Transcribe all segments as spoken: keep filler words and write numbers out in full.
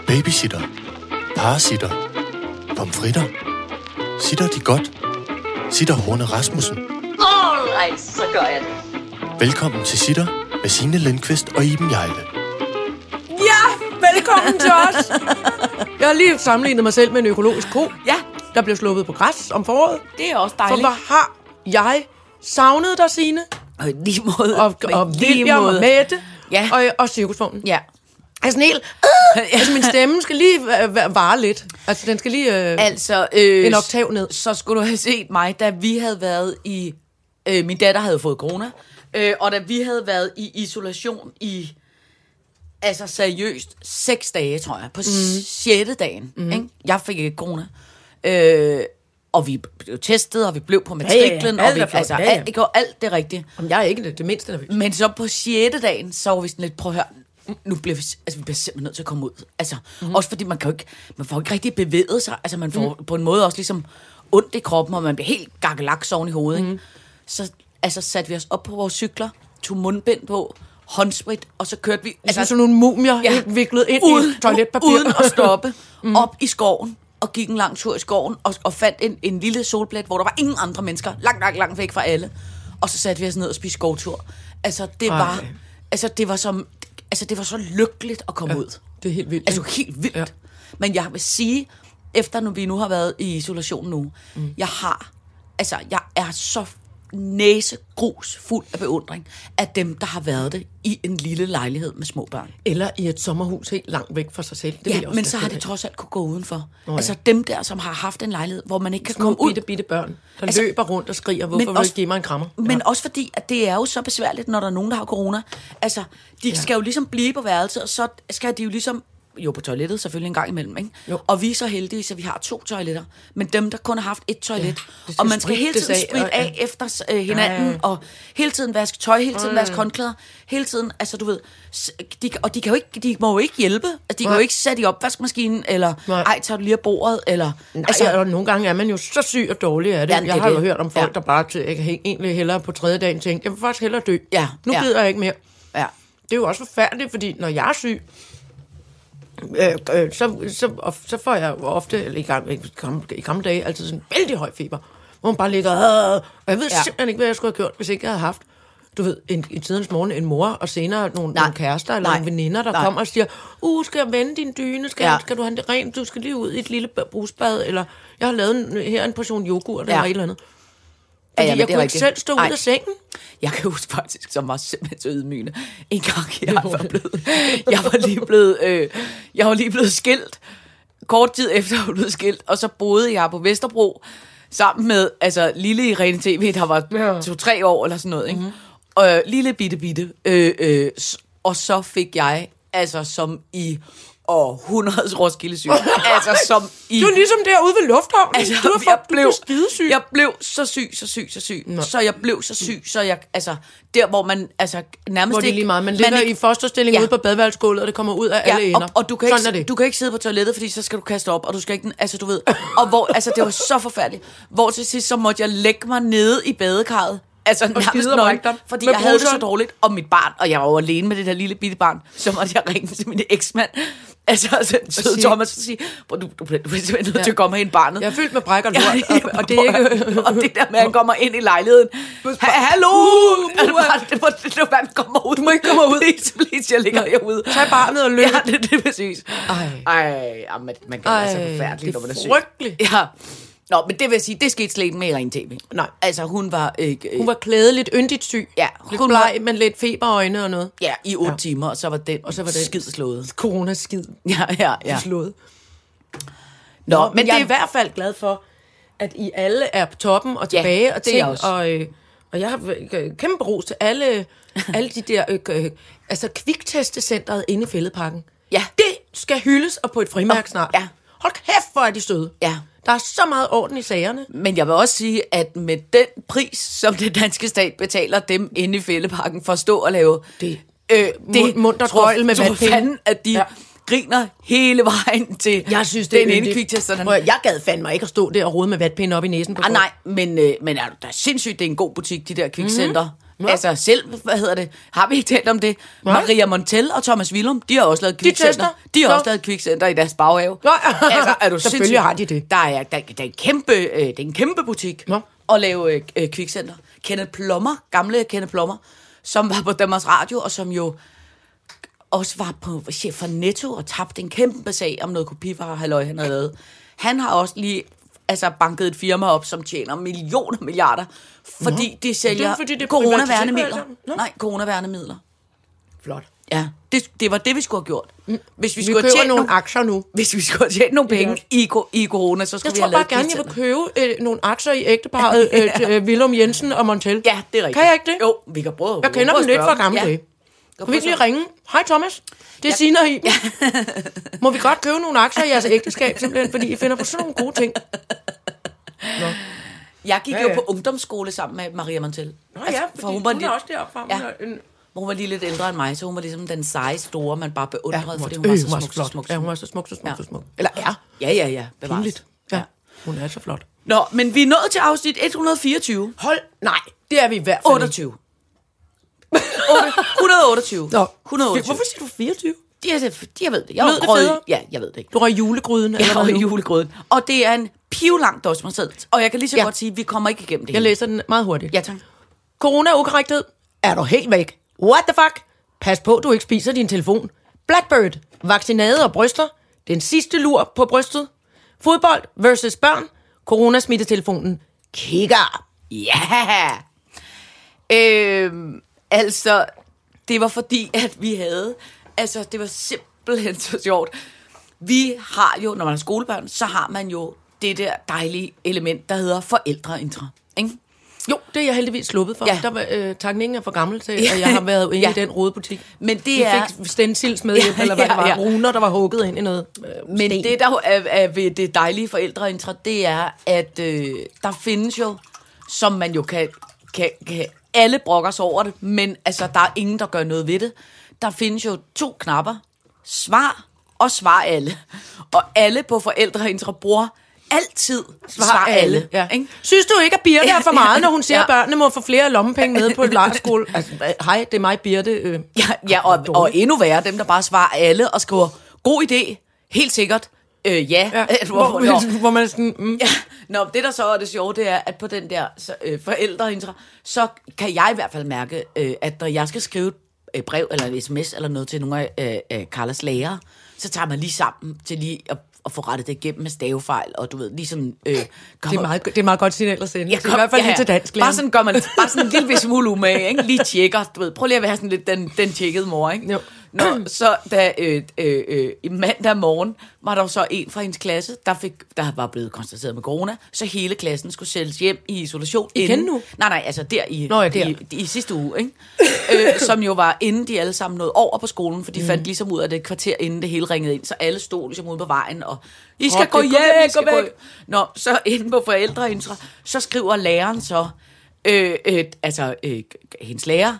Babysitter. Parasitter. Pomfritter. Sitter de godt? Sitter Horne Rasmussen. Alright, så gør jeg det. Velkommen til Sitter med Signe Lindqvist og Iben Hjejle. Ja, velkommen til os. Jeg har lige sammenlignet mig selv med en økologisk ko, Ja, der blev sluppet på græs om foråret. det er også For dejligt. hvor har jeg savnet dig, Signe? Og i lige måde. Og, og William og Mette Ja. og, og cirkusvognen. Ja. Altså, helt, øh, altså, min stemme skal lige øh, vare lidt. Altså, den skal lige øh, Altså, øh, en oktav ned. så skulle du have set mig, da vi havde været i... Øh, min datter havde fået corona, øh, og da vi havde været i isolation i... Altså seriøst, seks dage, tror jeg. På mm. sjette dagen. Mm. Ikke? Jeg fik ikke corona. Øh, og vi blev testet, og vi blev på matriklen. Ja, ja, og vi, alt er flot. altså, Ja, ja. alt, det gjorde alt det rigtige. Jamen, jeg er ikke det, det mindste nervøs. Men så på sjette dagen, så var vi sådan lidt, prøv at høre, nu bliver vi, altså, vi bliver simpelthen nødt til at komme ud. Altså, mm-hmm. Også fordi man kan jo ikke, man får ikke rigtig bevæget sig. Altså, man får mm. på en måde også ligesom ondt i kroppen, og man bliver helt gakkelaks oven i hovedet. Mm. Ikke? Så altså, satte vi os op på vores cykler, tog mundbind på, håndsprit, og så kørte vi... Altså, sådan nogle mumier Ja. helt viklet ind uden, i toiletpapir. Uden at stoppe, mm. op i skoven, og gik en lang tur i skoven, og, og fandt en, en lille solplet, hvor der var ingen andre mennesker, langt, langt, langt væk fra alle. Og så satte vi os ned og spiste skovtur. Altså, det Ej. var... Altså, det var som... Altså, det var så lykkeligt at komme Ja, ud. det er helt vildt. Altså, ikke? helt vildt. Ja. Men jeg vil sige, efter nu vi nu har været i isolation nu, mm. jeg har... Altså, jeg er så næsegrus fuld af beundring af dem, der har været det i en lille lejlighed med små børn. Eller i et sommerhus helt langt væk fra sig selv. Det vil Ja, jeg også men være så har ked det af. trods alt kunne gå udenfor. Nå ja. Altså dem der, som har haft en lejlighed, hvor man ikke kan Små komme ud. bitte, bitte børn, der Altså, altså, løber rundt og skriger, hvorfor vil du også- ikke give mig en krammer? Men også fordi, at det er jo så besværligt, når der er nogen, der har corona. Altså, de ja. skal jo ligesom blive på værelset, og så skal de jo ligesom... Jo, på toilettet selvfølgelig en gang imellem, ikke? Jo. Og vi er så heldige, så vi har to toiletter. Men dem, der kun har haft et toilet, Ja, ja, det skal og man skal hele sprittes tiden af, spritte og- af, ja. efter øh, hinanden, Ja, ja. og hele tiden vaske tøj, hele tiden vaske håndklæder, hele tiden, altså du ved, s- de, og de kan jo ikke, de må jo ikke hjælpe, altså de kan Nej. jo ikke sætte i opvaskemaskinen, eller Nej. ej, tager du lige af bordet, eller... Nej, altså, og nogle gange er man jo så syg og dårlig af det. Ja, det jeg er har jo det. hørt om folk, Ja. der bare til, jeg kan egentlig hellere på tredje dagen tænke, jeg vil faktisk hellere dø. Ja, Nu ja. gider jeg ikke mere. Ja. Det er jo også forfærdeligt, fordi når jeg er syg, øh, øh, så, så, og, så får jeg jo ofte, eller i gamle, i gamle, i gamle dage, altid sådan en vældig høj feber, hvor man bare ligger, øh, og jeg ved Ja. ja. simpelthen ikke, hvad jeg skulle have gjort, hvis ikke jeg havde haft, du ved, en, i tidens morgen en mor, og senere nogle, Nej. nogle kærester, eller Nej. nogle veninder, der Nej. kommer og siger, uh, skal jeg vende din dyne, skal, Ja. ja. skal du have det rent, du skal lige ud i et lille brusbad, eller jeg har lavet en, her en portion yoghurt, Ja. eller et eller andet. Ja, Fordi ja, men jeg det er kunne ikke rigtigt. selv stå Ej. ud af sengen. Jeg kan huske faktisk, som var simpelthen så ydmygende. En gang, jeg var blevet, jeg var lige blevet, øh, jeg var lige blevet skilt. Kort tid efter, jeg var blevet skilt, og så boede jeg på Vesterbro, sammen med, altså, lille Irene T V, der var Ja. to-tre år, eller sådan noget, ikke? Mm-hmm. Og øh, lille bitte bitte. Øh, øh, s- og så fik jeg, altså, som i århundredes Roskilde syg. Altså, som i... Du er ligesom derude ved lufthavnen. Altså, du har jeg fået, du blev skidesyg. Jeg blev så syg, så syg, så syg. Nå. Så jeg blev så syg, så jeg, altså, der hvor man, altså, nærmest Hvor det er ikke... lige meget. Man ligger ikke- i fosterstilling Ja. ude på badeværelsesgulvet, og det kommer ud af alle Ja, ender. og, og du, kan Sådan er ikke, det. du kan ikke sidde på toilettet, fordi så skal du kaste op, og du skal ikke, altså du ved, og hvor, altså det var så forfærdeligt, hvor til sidst så måtte jeg lægge mig nede i badekarret, altså nærmest skide og nøgen, brække dig fordi med jeg havde det så bruseren. dårligt, og mit barn, og jeg var jo alene med det der lille bitte barn, så måtte jeg ringe til min eksmand, altså så søde sige- Thomas, og sige, "Bror, du, du, du, du er simpelthen nødt til at komme ind barnet. Jeg er fyldt med bræk og Ja, lort, og, og det er ikke... og det der med, at han kommer ind i lejligheden. Ha- Hallo! Uh, Er det bare- det var- det var, han kommer ud. Du må ikke komme ud. Please, please, jeg ligger herude. Tag barnet og løb. Ja, det, det er præcis. Ej. Ej, ja, man, man kan være så Ej, forfærdelig, når det man er er syg. frygteligt. Ja. Nå, men det vil jeg sige, det skete slet ikke med Irene T V. Nej. Altså, hun var... Øh, øh, Hun var klædeligt yndigt syg. Ja, Lidt hun bleg, var- men lidt feberøjne og noget. ja, i otte Ja. timer, og så var den, Og så var den- skid slået. Corona-skid. Ja, ja, ja. Slået. Nå, Nå, men, men jeg det er i hvert fald glad for, at I alle er på toppen og tilbage Ja, og det er jeg ting. også. Og, øh, og jeg har øh, kæmpe ros til alle, alle de der... Øh, øh, altså, kviktestecenteret inde i Fælledparken. Ja. Det skal hyldes og på et frimærke snart. Ja. Hold kæft, hvor er de søde. Ja. Der er så meget orden i sagerne. Men jeg vil også sige, at med den pris, som det danske stat betaler dem inde i Fælledparken for at stå og lave... Det- øh, Mund- muntert gøjl med tror vatpinde. fanden, at de Ja. ja. griner hele vejen til Jeg synes, det den er inde yndigt. kviktesterne. Prøv at- Jeg gad fandme ikke at stå der og rode med vatpinde op i næsen på Ah, folk. nej, men, øh, men er du da sindssygt, det er en god butik, de der kvikcenter. Mm-hmm. Ja. Altså selv, hvad hedder det, har vi ikke talt om det? Ja. Maria Montel og Thomas Willum, de har også lavet kvikcenter. De, de har Nå. også lavet kvikcenter i deres baghave. Nå. Altså, er du selvfølgelig har de det. Der er, der, der er en kæmpe, øh, det er en kæmpe butik Nå. at lave øh, kvikcenter. Kenneth Plummer, gamle Kenneth Plummer, som var på Danmarks Radio, og som jo også var på chef for Netto og tabte en kæmpe sag om noget kopivarer, halløj, han havde lavet. Han har også lige altså banket et firma op, som tjener millioner milliarder, fordi Nå. de sælger det fordi, det coronaværnemidler. Nej, coronaværnemidler. Flot. Ja, det, det var det, vi skulle have gjort. Hvis vi, vi skulle køber tjene nogle nogle aktier nu. Hvis vi skulle have tjent nogle penge i, i corona, så skulle jeg vi have lavet Jeg tror bare gerne, jeg vil købe øh, nogle aktier i ægteparret øh, til, øh, Willum Jensen og Montel. Ja, det er rigtigt. Kan jeg ikke det? Jo, vi kan prøve. Jeg kender dem lidt fra gamle dage. Kan vi ikke lige ringe? Hej Thomas, det er ja. Sina i. Ja. Må vi godt købe nogle aktier i jeres ægteskab, simpelthen, fordi I finder på sådan nogle gode ting. Nå. Jeg gik ja, jo ja. på ungdomsskole sammen med Maria Montel. Nå ja, altså, for hun var, hun er også deroppe fra. Ja. En... Hun var lige lidt ældre end mig, så hun var ligesom den seje store, man bare beundrede, ja, fordi hun øh, var så smuk, så smuk. Ja, hun var så smuk, så smuk, ja. så smuk. Eller er. Ja, ja, ja. Bevares. Ja. ja, hun er så flot. Nå, men vi er nået til afsnit et hundrede fireogtyve. Hold, nej, det er vi i hvert fald otteogtyve. et hundrede otteogtyve. Nå, et hundrede otteogtyve. Hvorfor siger du fireogtyve? De er, de, jeg ved det. Jeg ved det federe? Ja, jeg ved det ikke. Du røg julegryden? Jeg røg julegryden. Og det er en pivlang dosmerseddel. Og jeg kan lige så ja. godt sige, at vi kommer ikke igennem det Jeg hele. læser den meget hurtigt. Ja, tak. Corona-ukorrekthed. Er du helt væk? What the fuck? Pas på, du ikke spiser din telefon. Blackbird. Vaccinade og bryster. Den sidste lur på brystet. Fodbold versus børn. Coronasmittetelefonen. Kigger. Ja. Øhm, altså, det var fordi, at vi havde... Altså, det var simpelthen så sjovt. Vi har jo, når man er skolebørn, så har man jo det der dejlige element, der hedder forældreintra, ikke? Jo, det er jeg heldigvis sluppet for. Ja. Der var øh, takningen er for gammel til, at jeg har været inde ja. i den rodebutik. Men det vi er... fik stencils med hjem, ja, eller hvad ja, det var. Ja. Runer, der var hugget ind i noget øh, Men sten. Det, der er, er ved det dejlige forældreintra, det er, at øh, der findes jo, som man jo kan, kan, kan... Alle brokker sig over det, men altså, der er ingen, der gør noget ved det. Der findes jo to knapper. Svar og svar alle. Og alle på forældreintra bruger altid svar, svar alle. alle. Ja. Synes du ikke, at Birte er for meget, når hun siger, ja. at børnene må få flere lommepenge med på et lejrskole? Altså, hej, det er mig, Birte. Øh, ja, ja og, og endnu værre, dem der bare svarer alle og skriver, god idé, helt sikkert, øh, ja. ja. Hvor, hvor, hvor man sådan... Mm. Ja. Nå, det der så er det sjove, det er, at på den der så, øh, forældreintra, så kan jeg i hvert fald mærke, øh, at når jeg skal skrive et brev eller en sms eller noget til nogle af øh, øh, Carlas lærere, så tager man lige sammen til lige at, at få rettet det igennem med stavefejl, og du ved, lige sådan... Øh, det, er meget, det er meget godt signal at sende. Ja, kom, i hvert fald ja, lige til dansk. Bare sådan gør man, bare sådan en lille smule umage, ikke? Lige tjekker, du ved, prøv lige at være sådan lidt den, den tjekkede mor, ikke? Jo. Nå, så da øh, øh, øh, i mandag morgen var der jo så en fra hendes klasse, der, fik, der var blevet konstateret med corona, så hele klassen skulle sættes hjem i isolation. Igen inden, nu? Nej, nej, altså der i, Nå, ja, der. i, i, i sidste uge, ikke? øh, som jo var inden de alle sammen nåede over på skolen, for de mm. fandt ligesom ud af det kvarter, inden det hele ringede ind, så alle stod ligesom ude på vejen, og I skal oh, gå hjem, I skal gå væk. Nå, så inde på forældreintra, så skriver læreren så, øh, øh, altså øh, hendes lærer,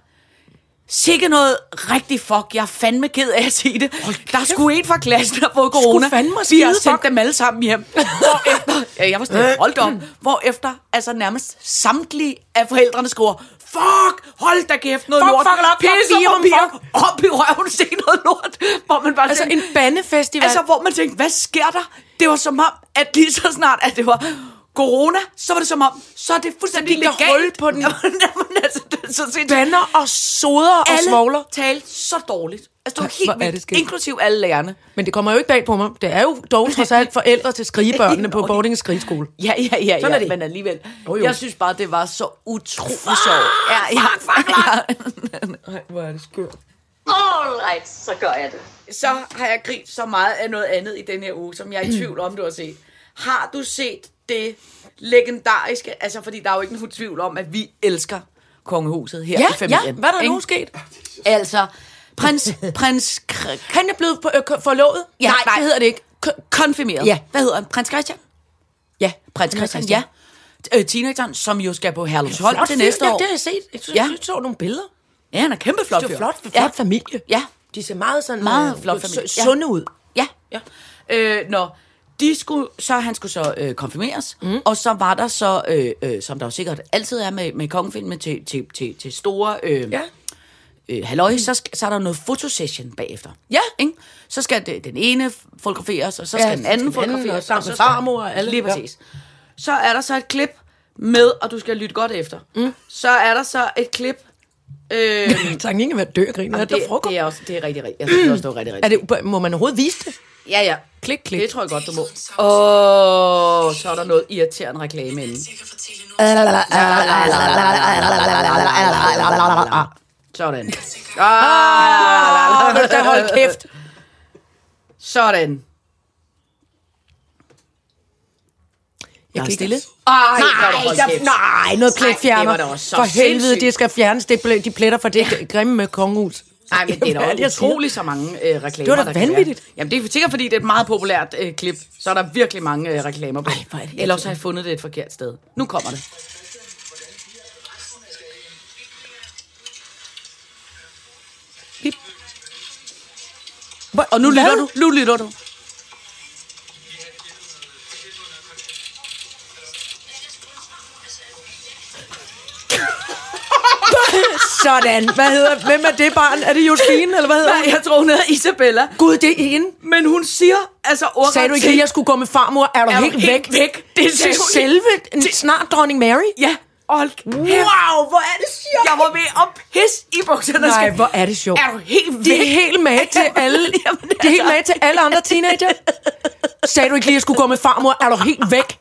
sikke noget rigtig fuck. Jeg er fandme ked af at sige det. Der er sgu en fra klassen, der har fået corona. Vi har sendt dem alle sammen hjem. Hvorefter, ja, jeg var sådan holdt op. Hvorefter, altså nærmest samtlige af forældrene skriver, fuck, hold da kæft, noget fuck, lort. Fuck, fuck, Pisse og papir, op i røven, se noget lort. Hvor man bare altså tænkte, en bandefestival. Altså, hvor man tænkte, hvad sker der? Det var som om, at lige så snart, at det var... corona, så var det som om, så er det fuldstændig legalt. Hul på den. Jamen, altså, det, så Banner og soder og svogler. Alle talte så dårligt. Altså, det var helt vildt, inklusiv alle lærerne. Men det kommer jo ikke bag på mig. Det er jo dog trods alt forældre til skrigebørnene på boarding skrigeskole. Ja, ja, ja, sådan ja men alligevel. Oh, jeg synes bare, det var så utroligt sjovt. Ja, ja, Nej, hvor er det skørt. Alright, så gør jeg det. Så har jeg grint så meget af noget andet i den her uge, som jeg er i tvivl om, du har set. Har du set det legendariske, altså fordi der er jo ikke nogen tvivl om, at vi elsker kongehuset her ja, i familien. Ja, hvad er der nu sket? Altså, prins, prins... Han er blevet på, øh, forlovet? Ja, nej, nej, det hedder det ikke. K- konfirmeret. Ja. Hvad hedder han? Prins Christian? Ja, prins Christian, ja. Øh, teenageren, som jo skal på Herlufsholm til næste fyr. år. Ja, det har jeg set. Jeg synes, ja. jeg så nogle billeder. Ja, han er kæmpe flot fyr. Det er flot, flot ja. familie. Ja. De ser meget sådan meget øh, flot familie. Sunde ud. Ja. ja. Øh, nå, de skulle, så han skulle så øh, konfirmeres, mm. og så var der så, øh, øh, som der jo sikkert altid er med, med kongefilmen, til, til, til, til store øh, Ja. øh, halløj, så, så er der noget fotosession bagefter. Ja. Ikke? Så skal det, den ene fotograferes, og så Ja, skal den anden skal den anden, fotograferes. og sammen så med skal- farmor og alle. Lige præcis. Ja. Så er der så et klip med, og du skal lytte godt efter, mm. så er der så et klip. Øh, Tak, ingen være dør, griner. Er det, det frokost? det er også det er rigtig, rigtig. Jeg synes også, det er rigtig, rigtig. Er det, må man overhovedet vise det? Ja, ja. Klik, klik. Det tror jeg godt, du må. Åh, oh, så er der noget irriterende reklame inden. Sådan. Ah, der hold kæft. Sådan. Jeg er kan stille. ikke- Ej, Nej, der, nej, noget pletfjerner. det var da også så For helvede, sindssygt. det skal fjernes, det, ble- de pletter for det grimme med kongehus. Nej, men det er Hvad da det, jeg siger? utroligt så mange øh, reklamer, Det var da der kan vanvittigt. være. Jamen, det er sikkert, fordi det er et meget populært øh, klip. Så er der virkelig mange øh, reklamer på. Ej, hvor er det Ellers har jeg fundet det et forkert sted. Nu kommer det. Bip. Og nu Hvad? lytter du. Nu lytter du. Sådan. Hvad hedder, hvem er det barn? Er det Josefine, eller hvad hedder Nej, hun? jeg tror, hun hedder Isabella. Gud, det er hende. Men hun siger, altså ordret Sagde du ikke til- lige, at jeg skulle gå med farmor? Er du Er du helt, helt væk? væk? Det er Til sindssygt. selve snart dronning Mary? Ja, hold kæft. Wow, hvor er det sjovt. Jeg var ved at pisse i bukserne. Nej, Skal- hvor er det sjovt. Er du helt væk? Det er helt med til alle, Jamen, det er helt med til alle andre teenager. Sagde du ikke lige, at jeg skulle gå med farmor? Er du helt væk?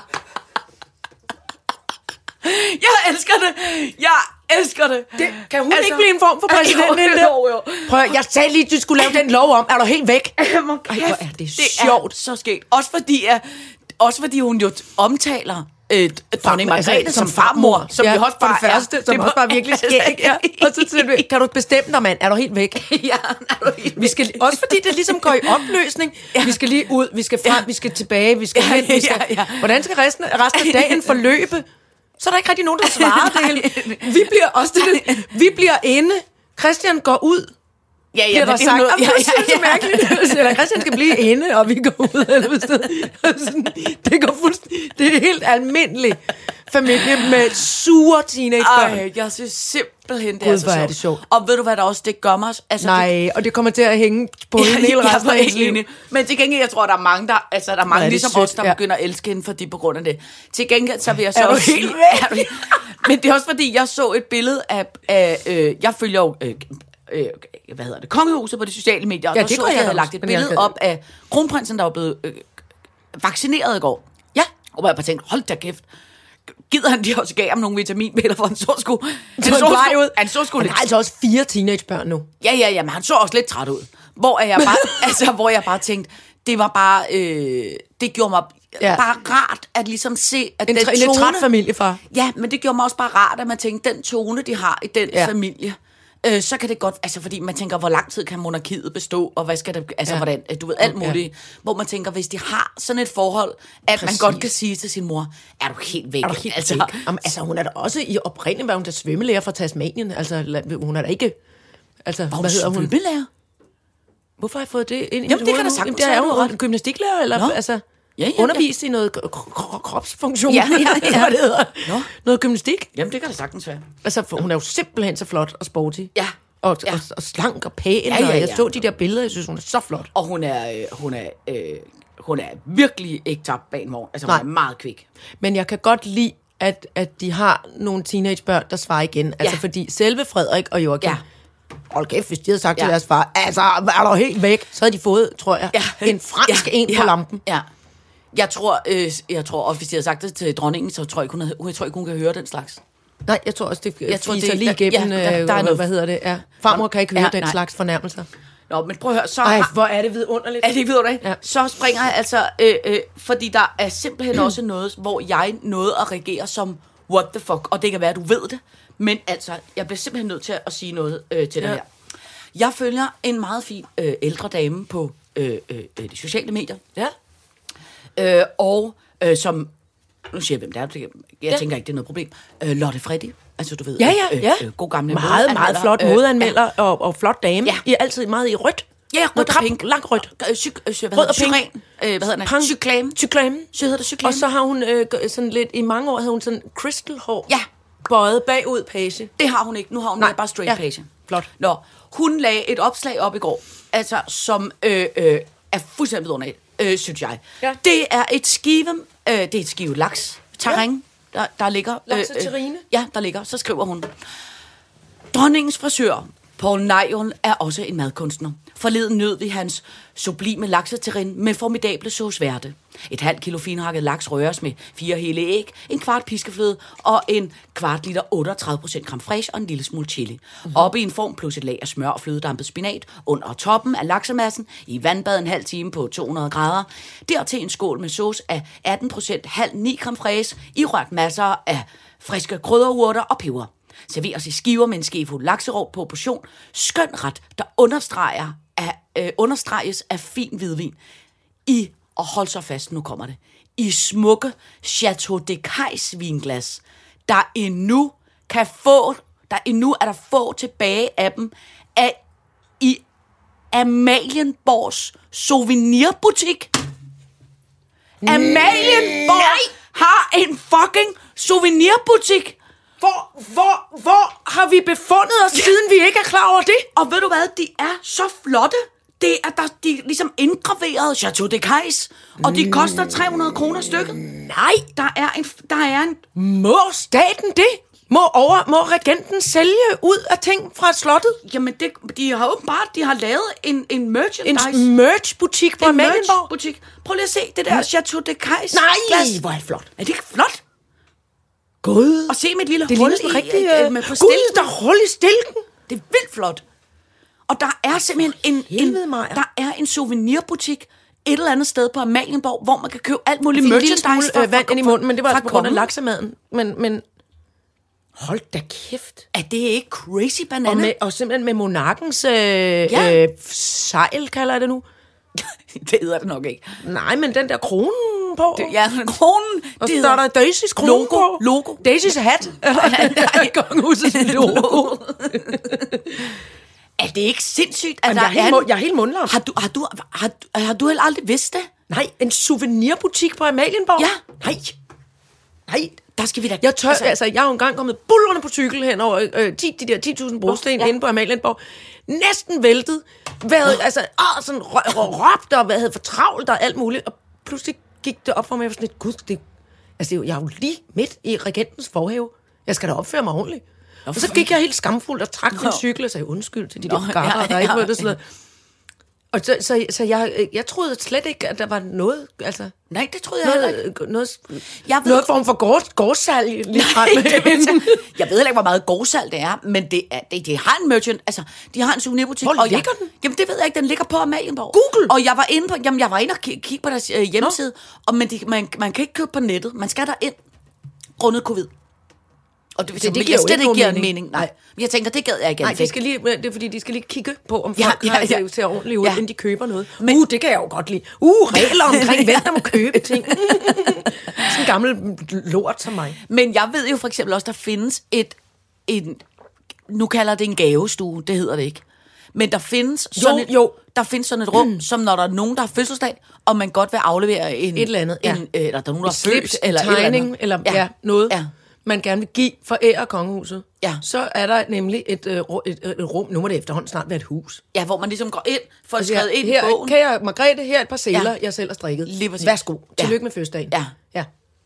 Jeg elsker det. Jeg elsker det. Det, kan hun altså, ikke blive en form for præsident? Jo, hende jo, der? jo. Prøv at, jeg sagde lige, at du skulle lave den lov om. Er du helt væk? Ej, Ej, hvor er det sjovt. Er så sket. Også fordi, at, også fordi hun jo omtaler øh, dronning Altså, Margrethe som farmor. Som ja, jo også for bare det første, er, som det også bare virkelig skæg. Ja. Og så siger du, kan du bestemme dig, mand? Er du helt væk? ja, er du helt Vi skal, også fordi det ligesom går i opløsning. Ja. Vi skal lige ud, vi skal frem, ja. vi skal tilbage, vi skal Ja, hen. Vi skal, ja, ja. Hvordan skal resten, resten af dagen forløbe? Så er der ikke rigtig nogen, der svarer det hele. Vi bliver også det, vi bliver inde. Christian går ud. Ja, ja, Bliver men der det er sagt, noget, ja, ja, ja, ja, ja, så mærkeligt. Eller Christian skal blive inde, og vi går ud. Eller hvad sådan. Det går fuldstændig. Det er helt almindelig familie med sure teenagebørn. Ej, jeg synes simpelthen, det Gud, er så hvor er sjovt. det sjovt. Og ved du, hvad der også det gør mig? Altså, Nej, og det kommer til at hænge på det, hende hele jeg resten var af hendes helt liv. enig. Men til gengæld, jeg tror, der er mange, der, altså, der er Hvor mange er det ligesom sødt, os, der ja. begynder at elske hende, fordi på grund af det. Til gengæld, så vil jeg så Er du også helt sige- væk? er du- Men det er også fordi, jeg så et billede af, af øh, jeg følger jo, øh, øh, hvad hedder det, kongehuset på de sociale medier, og Ja, der det så, gør at jeg jeg havde også, lagt et men jeg billede kan- op af kronprinsen, der var blevet øh, vaccineret i går. Ja. Og hvor jeg bare tænkte, hold da kæft, gider han de også gav ham nogle vitaminpiller, for han så sgu... Han Så han så, bleg sgu, ud. han så sgu Han lidt... har altså også fire teenagebørn nu. Ja, ja, ja, men han så også lidt træt ud. Hvor jeg bare, altså, hvor jeg bare tænkte, det var bare, øh, det gjorde mig Ja. ja. bare rart at ligesom se, at En, den tr- en tone... lidt træt familiefar. Ja, men det gjorde mig også bare rart, at man tænkte, den tone, de har i den Ja. ja. familie, øh, så kan det godt, altså fordi man tænker, hvor lang tid kan monarkiet bestå, og hvad skal det, altså Ja. ja. hvordan, du ved, alt Ja. muligt. Hvor man tænker, hvis de har sådan et forhold, at Præcis. man godt kan sige til sin mor, er du helt væk? Er du helt altså, altså, Jamen, altså, hun er da også i oprindeligt, var hun der svømmelærer fra Tasmanien. Altså, la- hun er da ikke... Altså, Var hvad hedder hun? svømmelærer? Hvorfor har jeg fået det ind i Jamen, mit det kan hoved da nu? sagtens Jamen, det er være, jo du har en gymnastiklærer, eller Nå. altså... Ja, ja, ja. Undervist i noget kro- kro- kropsfunktion. Ja, ja, ja. Eller hvad det hedder. Nå. Noget gymnastik. Jamen, det kan da sagtens være. Altså, for hun er jo simpelthen så flot og sporty. Ja. Og, Ja. og, og slank og pæn. Ja, ja, Og jeg ja. så de der billeder, jeg synes, hun er så flot. Og hun er, øh, hun er, øh, hun er virkelig ikke tabt bag en vogn. Altså, hun Nej. er meget kvik. Men jeg kan godt lide, at, at de har nogle teenagebørn, der svarer igen. Altså, Ja. fordi selve Frederik og Joachim... Ja. Hold kæft, hvis de havde sagt ja. til Ja. deres far, altså, er du helt væk, så havde de fået, tror jeg, Ja. en fransk ja. en ja. på lampen. Ja. Jeg tror, øh, jeg tror, og hvis de havde sagt det til dronningen, så tror jeg ikke, hun, havde, jeg tror ikke, hun kan høre den slags. Nej, jeg tror også, det Jeg tror, fiser det- lige der- igennem, ja, der- der er øh, noget- hvad hedder det, ja. Farmor kan ikke høre Ja, den nej. slags fornærmelser. Nå, men prøv at høre, så... Ej, har- hvor er det vidunderligt. Er det ikke vidunderligt? Ja. Ja. Så springer jeg altså, øh, øh, fordi der er simpelthen også noget, hvor jeg nåede at reagere som what the fuck, og det kan være, at du ved det, men altså, jeg bliver simpelthen nødt til at sige noget øh, til Ja. dig her. Jeg følger en meget fin øh, ældre dame på øh, øh, de sociale medier, Ja. øh, og øh, som, nu siger jeg, hvem det er, det- jeg Ja. ja. tænker ikke, det er noget problem, øh, Lotte Freddy, altså du ved, Ja, ja, øh, ja. øh, god gamle Meget, meget modeanmelder, flot øh, modeanmelder og, og flot dame. Ja. I er altid meget i rødt. Ja, rød Noget og krab, pink. langt rødt. Øh, cyk, øh, hvad Rød hedder og pink. syren? Øh, hvad hedder den? Pang. Cyklame. Cyklame. Så hedder det cyklame. Og så har hun øh, g- sådan lidt, i mange år havde hun sådan crystal hår. Ja. Bøjet bagud page. Det har hun ikke. Nu har hun Nej, bare straight ja. page. Flot. Nå, hun lagde et opslag op i går, altså som øh, øh, er fuldstændig vidunderligt, øh, synes jeg. Ja. Det er et skive, øh, det er et skive laks, terræn, ja. der, der ligger. Lakseterrine? ja, der ligger. Så skriver hun: Dronningens frisør, Poul Nejlund, er også en madkunstner. Forleden nød vi hans sublime lakseterrin med formidable sauceværte. Et halvt kilo finhakket laks røres med fire hele æg, en kvart piskefløde og en kvart liter otteogtredive procent creme fraiche og en lille smule chili. Mm-hmm. Oppe i en form plus et lag af smør og flødedampet spinat under toppen af laksemassen i vandbad en halv time på to hundrede grader. Dertil en skål med sauce af atten procent halv ni creme fraiche, i rørt masser af friske krydderurter og peber. Serveres i skiver med en skefuld lakserov på portion. Skøn ret, der understreger af, øh, understreges af fin hvidvin. I, og hold så fast, nu kommer det, i smukke Chateau de Cais vinglas, der endnu kan få, der endnu er der få tilbage af dem, af, i Amalienborgs souvenirbutik. Amalienborg har en fucking souvenirbutik. Hvor, hvor, hvor har vi befundet os, siden vi ikke er klar over det? Og ved du hvad, de er så flotte. Det er der, de er ligesom indgraveret Chateau de Cais, og de koster tre hundrede kroner stykket. Nej, Der er en, der er en, må staten det? Må, over, må regenten sælge ud af ting fra slottet? jamen det, de har åbenbart, de har lavet en, en merchandise. En merch-butik på en Amalienborg? merch-butik. Prøv lige at se det der Chateau de Cais. Nej, glas. hvor er det flot. Er det ikke flot? Gud. Og se mit lille Det hul ligner sådan i, rigtig... øh, Øh, med på Gud, stilken. der er hul i stilken. Det er vildt flot. Og der er simpelthen en, helvede, en, Maja. der er en souvenirbutik et eller andet sted på Amalienborg, hvor man kan købe alt muligt Jeg fik en lille merchandise. smule øh, vand ind i munden, men det var fra altså på grund af kongen. laksemaden. Men, men hold da kæft. Er det ikke crazy banana? Og, med, og simpelthen med monarkens øh, Ja. øh, sejl, kalder jeg det nu. det hedder det nok ikke. Nej, men den der krone på. Det, ja, kronen. Og det så står der Daisys krone logo, på. logo. Daisys hat. Nej, kongehusets logo. Er det ikke sindssygt, at Jamen, der jeg, er helt, er mu- en... jeg er helt mundlam. Har du, har, du, har, du, har du heller aldrig vidst det? Nej, en souvenirbutik på Amalienborg? Ja. Nej. Nej. Der skal vi da... Jeg tør, altså, altså jeg har jo engang kommet bullerne på cykel hen over øh, ti, de der ti tusind brosten Ja. ja. inde på Amalienborg. Næsten væltet. Været, altså, åh, sådan rø- rø- råbt og havde for travlt og alt muligt. Og pludselig gik det op for mig, jeg var sådan lidt, gud, det, altså, det er jo, jeg er jo lige midt i regentens forhave. Jeg skal da opføre mig ordentligt. Og så gik jeg helt skamfuldt og trak min cykel og sagde undskyld til de der Nå, garter, ja, der ikke ja, var det sådan noget. Og så, så, så jeg, jeg troede slet ikke, at der var noget, altså... Nej, det troede jeg heller ikke. Noget, noget, Jeg ved- noget form for gård, gårdsalg lige frem. Nej, det ved jeg. Jeg ved heller ikke, hvor meget gårdsal det er, men det er, det, de har en merchant, altså, de har en souvenirbutik. Hvor og ligger jeg, den? Jamen, det ved jeg ikke, den ligger på Amalienborg. Google. Og jeg var inde på, jamen, jeg var inde og kig, kigge på deres øh, hjemmeside, og, men de, man, man kan ikke købe på nettet, man skal der ind grundet covid. Og det, det, det det giver giver jo slet ikke ikke nogen giver en mening. mening. Nej. Men jeg tænker, det gad jeg ikke. Nej, jeg de fik. skal lige, det er fordi, de skal lige kigge på, om Ja, folk ja, har, ja. det ser ordentligt ud, Ja. inden de køber noget. Men- Men, uh, det kan jeg jo godt lide. Uh, regler omkring, hvem der må købe ting. Sådan en gammel lort som mig. Men jeg ved jo for eksempel også, der findes et, en, nu kalder det en gavestue, det hedder det ikke. Men der findes sådan, et, jo. Der findes sådan et rum, mm. som når der er nogen, der har fødselsdag, og man godt vil aflevere en... Et eller andet, ja. En, øh, eller der er nogen, der er Slips, født, eller et eller tegning, andet. eller ja. Ja, noget, Ja. man gerne vil give for ære kongehuset. Ja. Så er der nemlig et, øh, ru- et, et, et rum, nu må det efterhånden snart være et hus. Ja, hvor man ligesom går ind, for at Altså, skrive ind her, i bogen. Kære Margrethe, her er et par seler, Ja. ja. jeg selv har strikket. Lige præcis. Værsgo. Ja. Tillykke med fødselsdagen. Ja. ja.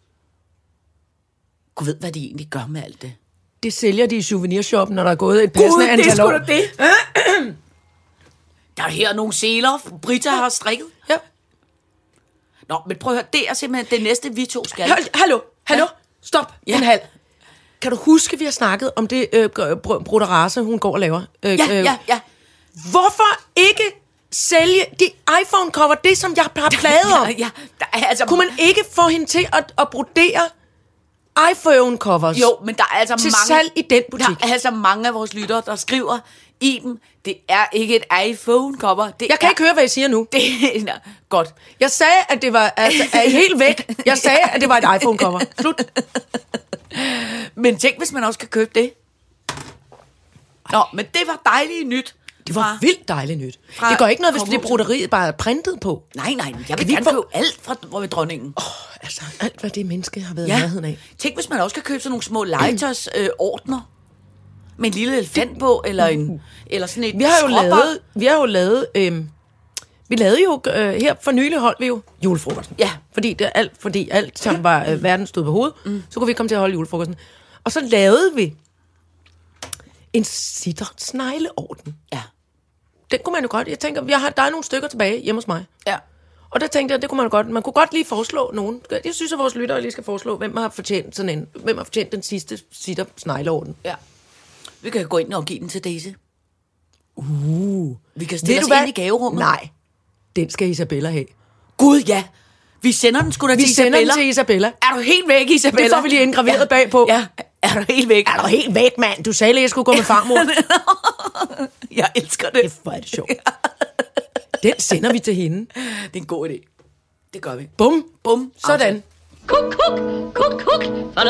Gud ved, hvad de egentlig gør med alt det. Det sælger de i souvenirshoppen, når der er gået et passende det er antal sgu år. da det. Der er her nogle seler, Britta har strikket. Ja. Nå, men prøv at høre, det er simpelthen det næste, vi to skal. Hold, hallo, hallo, Ja. stop, Ja. ja. en halv. Kan du huske, vi har snakket om det øh, br- bruderrace, hun går og laver? Øh, Ja, ja, ja. Hvorfor ikke sælge de iPhone-cover, det som jeg har pladet om? Ja, ja, der er altså... Kunne man ikke få hende til at, at brodere iPhone-covers Jo, men der er altså til mange... salg i den butik? Der er altså mange af vores lyttere, der skriver i dem, det er ikke et iPhone-cover. Det Jeg kan er, ikke høre, hvad I siger nu. Det er godt. Jeg sagde, at det var altså, er I helt væk. Jeg sagde, at det var et iPhone-cover. Slut. Men tænk, hvis man også kan købe det. Nå, men det var dejligt nyt. Det var fra, vildt dejligt nyt. fra Det går ikke noget, hvis det Kongehuset. broderiet bare er printet på. Nej, nej, jeg vil vi gerne få- købe alt fra ved dronningen. Åh, oh, altså alt, hvad det menneske har været Ja. i nærheden af. Tænk, hvis man også kan købe sådan nogle små legetøjs øh, ordner med en lille elefant på, eller, en, eller sådan et Vi har jo skråbånd. lavet, vi har jo lavet, øhm, vi lavede jo, øh, her for nylig holdt vi jo julefrokosten. Ja. Fordi, det er alt, fordi alt, som var øh, verden stod på hovedet, mm. så kunne vi komme til at holde julefrokosten. Og så lavede vi en sitter-snegleorden. Ja, Den kunne man jo godt, jeg tænker, jeg har, der er nogle stykker tilbage hjemme hos mig. ja. Og der tænkte jeg, det kunne man godt, man kunne godt lige foreslå nogen. Jeg synes, at vores lyttere lige skal foreslå, hvem har fortjent sådan en, hvem har fortjent den sidste sitter-snegleorden. Ja. Vi kan gå ind og give den til Daisy. Uh. Vi kan Ved stille du os hvad? ind i gaverummet. Nej, den skal Isabella have. Gud, ja. Vi sender den sgu da Vi til sender Isabella. den til Isabella. Er du helt væk, Isabella? Det får vi lige indgraveret ja. bagpå. Ja, er du helt væk? Er du helt væk, mand? Du sagde lige, at jeg skulle gå med farmor. Jeg elsker det. Hvor er det sjovt. Den sender vi til hende. Det er en god idé. Det gør vi. Bum. Bum. Sådan. Kuk, kuk, kuk, kuk.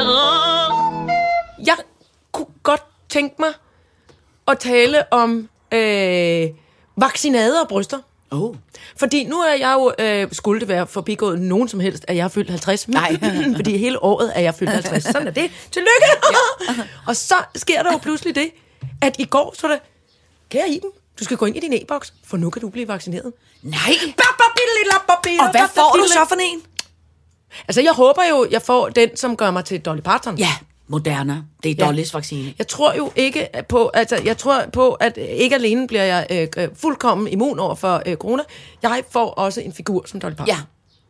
Jeg kunne godt tænke mig at tale om øh, vaccinader og bryster. Oh. Fordi nu er jeg jo, øh, skulle det være forbigået nogen som helst, at jeg har fyldt halvtreds. Nej. Fordi hele året er jeg fyldt halvtreds. Sådan er det. Tillykke! Ja. Og så sker der jo pludselig det, at i går så der, kære Iben, du skal gå ind i din e-boks, for nu kan du blive vaccineret. Nej. Og Og hvad får du så for en? Altså, jeg håber jo, jeg får den, som gør mig til Dolly Parton. Ja, Moderna. Det er Ja. Dollys vaccine. Jeg tror jo ikke på, altså jeg tror på, at ikke alene bliver jeg øh, fuldkommen immun over for øh, corona. Jeg får også en figur som Dolly Parton.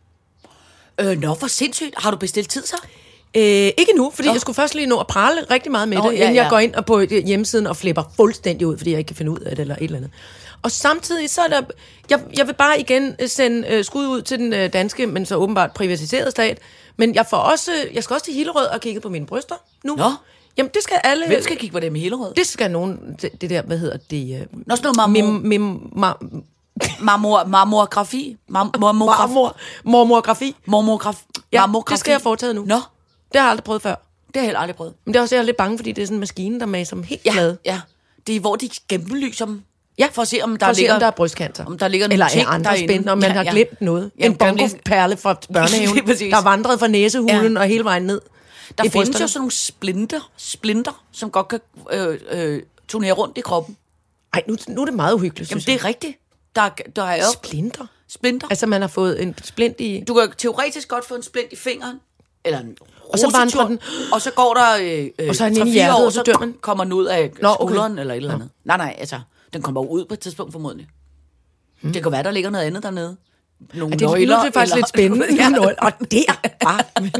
Ja. Øh, nå, hvor sindssygt. Har du bestilt tid så? Øh, ikke nu, fordi Nå. jeg skulle først lige nå at prale rigtig meget med Nå, det, ja, inden jeg ja. går ind og på hjemmesiden og flipper fuldstændig ud, fordi jeg ikke kan finde ud af det eller et eller andet. Og samtidig så er der, jeg, jeg vil bare igen sende øh, skud ud til den øh, danske, men så åbenbart privatiserede stat, men jeg får også, jeg skal også til Hillerød og kigge på mine bryster nu. Nå. Jamen det skal alle. Hvem skal kigge på det med Hillerød? Det skal nogen, det, det der, hvad hedder det? Øh, Nå, sådan noget marmor, mim, mim, mar, marmor, marmografi. Mar, marmograf, marmor, mormografi. marmograf, Ja, marmografi. det skal jeg foretage nu. Nå, Det har jeg aldrig prøvet før. det har jeg heller aldrig prøvet. Men det er også, jeg er lidt bange, fordi det er sådan en maskine, der maser dem helt Ja, flade. ja. Det er, hvor de gennemlyser dem. Ja, For at se, om der, for at se, ligger, om der er brystcancer. om der ligger nogle Eller ting andre derinde. spændende, om man Ja, har ja. glemt noget. Ja, En der er lige- bongoperle fra børnehaven, Lige præcis. der er vandret fra næsehulen Ja. og hele vejen ned. Der i findes brysterne. jo sådan nogle splinter, splinter, som godt kan øh, øh, turnere rundt i kroppen. Ej, nu, nu er det meget uhyggeligt, Jamen, synes det jeg. er rigtigt. Der, er- der er jo Splinter. splinter. Altså, man har fået en splint i... Du kan teoretisk godt få en splint i fingeren, eller en Og så vandrer rosetur, den. og så går der øh, øh, Og så er den tre, inde i fire hjertet, år, og så dør man. kommer den ud af Nå, okay. skulderen eller et eller andet. Nej, nej, altså, den kommer jo ud på et tidspunkt formodentlig. Hmm. Det kan være, der ligger noget andet dernede. Nogle Ja, det, nu nøgler. er det faktisk eller- lidt spændende. Ja. Ja. Og der, ah, men,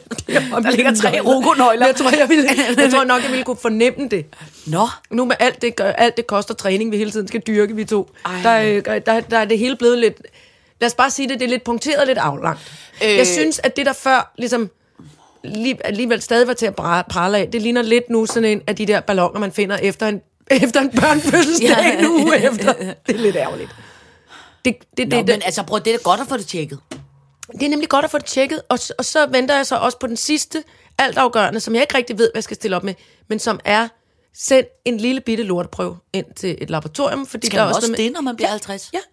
Der ligger tre rokonøgler. Jeg tror, jeg, ville, jeg tror nok, jeg ville kunne fornemme det. Nå, Nu med alt det, gør- alt det koster træning, vi hele tiden skal dyrke, vi to. Ej. Der, øh, der, der er det hele blevet lidt... Lad os bare sige det, det er lidt punkteret, lidt aflangt. Øh. Jeg synes, at det der før ligesom lige, alligevel stadig var til at bra- prale af, det ligner lidt nu sådan en af de der balloner, man finder efter en, efter en børnefødselsdag Ja. en uge efter. Det er lidt ærgerligt. Det, det, Nå det, men det, altså, prøv, det er da godt at få det tjekket. det er nemlig godt at få det tjekket, og, s- og så venter jeg så også på den sidste altafgørende, som jeg ikke rigtig ved, hvad jeg skal stille op med, men som er, send en lille bitte lorteprøve ind til et laboratorium. Fordi Skal der man er også noget det, når man bliver halvtreds? Ja.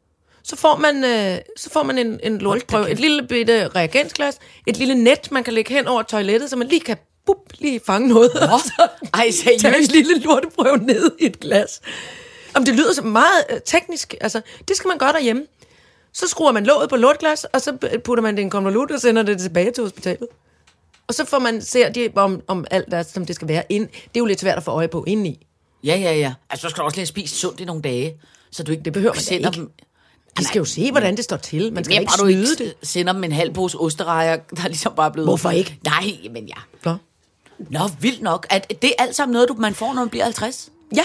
Så får man, øh, så får man en, en lorteprøve, kæft. et lille bitte reagensglas, et lille net, man kan lægge hen over toilettet, så man lige kan bup, lige fange noget. Nå, ej, Tage en seriøst. lille lorteprøve ned i et glas. Jamen, det lyder så meget øh, teknisk. Altså, det skal man gøre derhjemme. Så skruer man låget på lortglas, og så putter man det i en konvolut og sender det tilbage til hospitalet. Og så får man ser de, om, om alt er, som det skal være ind. Det er jo lidt svært at få øje på indeni. Ja, ja, ja. Altså, så skal du også lige have spist sundt i nogle dage, så du ikke Det behøver man da sender ikke. dem. De skal jo se, hvordan det står til. Man skal Mere ikke bare, du ikke snyde det. sender dem en halv pose osterejer, der er ligesom bare blevet... Hvorfor ikke? Nej, men ja. Nå. Nå, vildt nok. At det er alt sammen noget, du, man får, når man bliver halvtreds. Ja,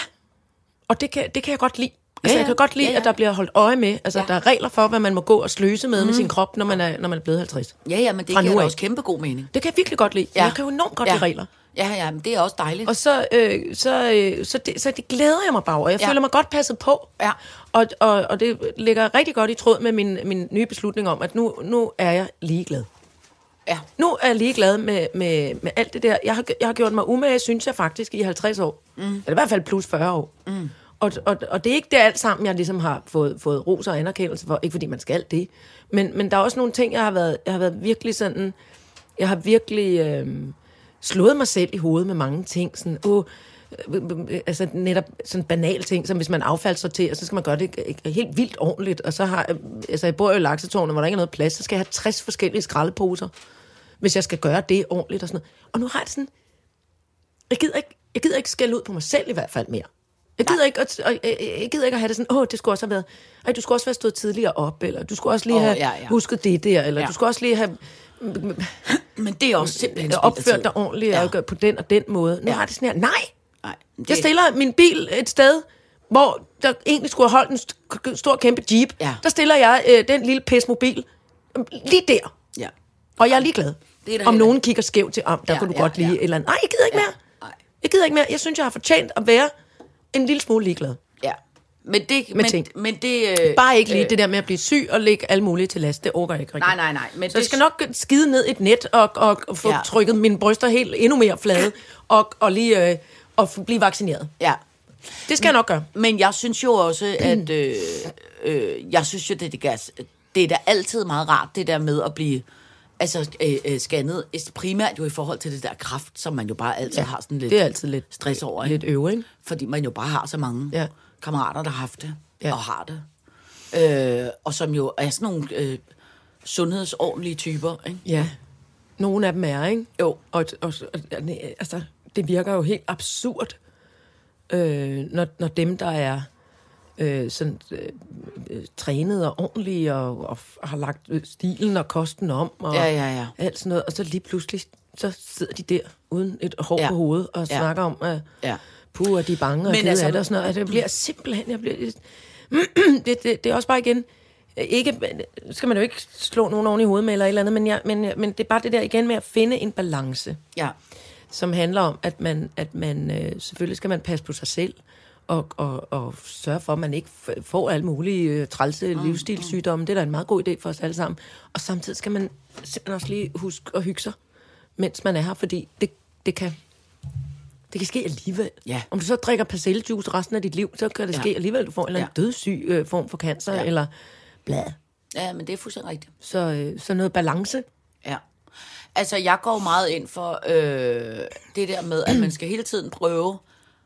og det kan, det kan jeg godt lide. Altså, Ja, ja. jeg kan godt lide, Ja, ja. at der bliver holdt øje med. Altså, Ja. der er regler for, hvad man må gå og sløse med mm. med sin krop, når man er, når man er blevet halvtreds. Ja, ja, men det Fra giver nu da af. også kæmpe god mening. Det kan jeg virkelig godt lide. Ja. Jeg kan jo enormt godt ja. lide regler. Ja, ja, men det er også dejligt. Og så, øh, så, øh, så, det, så det glæder jeg mig bare over. Jeg Ja. føler mig godt passet på. Ja. Og, og, og det ligger rigtig godt i tråd med min, min nye beslutning om, at nu, nu er jeg ligeglad. Ja. Nu er jeg ligeglad med, med, med alt det der. Jeg har, jeg har gjort mig umage, synes jeg faktisk, i halvtreds år. Mm. Eller i hvert fald plus fyrre år. Mm. Og, og, og det er ikke det alt sammen, jeg ligesom har fået, fået ros og anerkendelse for. Ikke fordi man skal det. Men, men der er også nogle ting, jeg har været, jeg har været virkelig sådan... Jeg har virkelig øh, slået mig selv i hovedet med mange ting. Sådan, åh, øh, øh, altså netop sådan banale ting, som hvis man affaldssorterer, så skal man gøre det helt vildt ordentligt. Og så har øh, altså jeg bor jo i Laksetårnet, hvor der ikke er noget plads, så skal jeg have tres forskellige skraldeposer, hvis jeg skal gøre det ordentligt og sådan noget. Og nu har jeg sådan... Jeg gider ikke, jeg gider ikke skælde ud på mig selv i hvert fald mere. Jeg gider, ikke at, jeg, jeg gider ikke at have det sådan, åh, det skulle også have været, ej, du skulle også være stået tidligere op, eller du skulle også lige oh, have ja, ja. husket det der, eller ja. du skulle også lige have... Men det er også simpelthen opført dig ordentligt ja. og på den og den måde. Nu ja. har det sådan her, nej! nej det... Jeg stiller min bil et sted, hvor der egentlig skulle have holdt en stor, kæmpe jeep. Ja. Der stiller jeg øh, den lille pismobil lige der. Ja. Og jeg er ligeglad. Om nogen kigger skævt til, om der ja, kunne du ja, godt lide ja. eller nej, jeg gider ikke mere. Ja. Jeg gider ikke mere. Jeg synes, jeg har fortjent at være en lille smule ligeglad. Ja. Men det, med men, ting. men det øh, bare ikke lige øh, det der med at blive syg og lægge alle mulige til last. Det orker jeg ikke rigtig. Nej, nej, nej. Men så jeg skal nok skide ned et net og, og, og få ja. trykket mine bryster helt endnu mere flade og, og lige øh, og blive vaccineret. Ja. Det skal jeg nok gøre. Men jeg synes jo også, at øh, øh, jeg synes jo, det, det, gas, det er da altid meget rart, det der med at blive altså øh, øh, scannet, primært jo i forhold til det der kræft, som man jo bare altid ja, har sådan lidt, det er altid lidt stress over. Lidt øve, ikke? Fordi man jo bare har så mange ja. kammerater, der har haft det, ja. og har det. Øh, og som jo er sådan nogle øh, sundhedsordentlige typer, ikke? Ja, nogle af dem er, ikke? Jo. Og, og, og altså, det virker jo helt absurd, øh, når, når dem, der er øh, sådan øh, trænet og ordentlige og, og har lagt stilen og kosten om og ja, ja, ja. alt sådan noget, og så lige pludselig så sidder de der uden et hår ja. på hovedet og ja. snakker om at ja. puh, at de er bange og kede altså, af det og sådan noget. Det bliver simpelthen, jeg bliver det, det, det er også bare igen ikke, skal man jo ikke slå nogen oven i hovedet med eller et eller andet, men, jeg, men, men det er bare det der igen med at finde en balance, ja. som handler om, at man, at man øh, selvfølgelig skal man passe på sig selv, og, og, og sørge for, at man ikke får alle mulige øh, trælse mm, livsstilssygdomme. Det er da en meget god idé for os alle sammen. Og samtidig skal man simpelthen også lige huske at hygge sig, mens man er her, fordi det, det kan... Det kan ske alligevel. Ja. Om du så drikker persilletjuice resten af dit liv, så kan det ja. ske alligevel, du får en eller anden ja. dødssyg øh, form for cancer, ja. eller blad. Ja, men det er fuldstændig rigtigt. Så, øh, så noget balance. Ja. Altså, jeg går meget ind for øh, det der med, at man skal hele tiden prøve...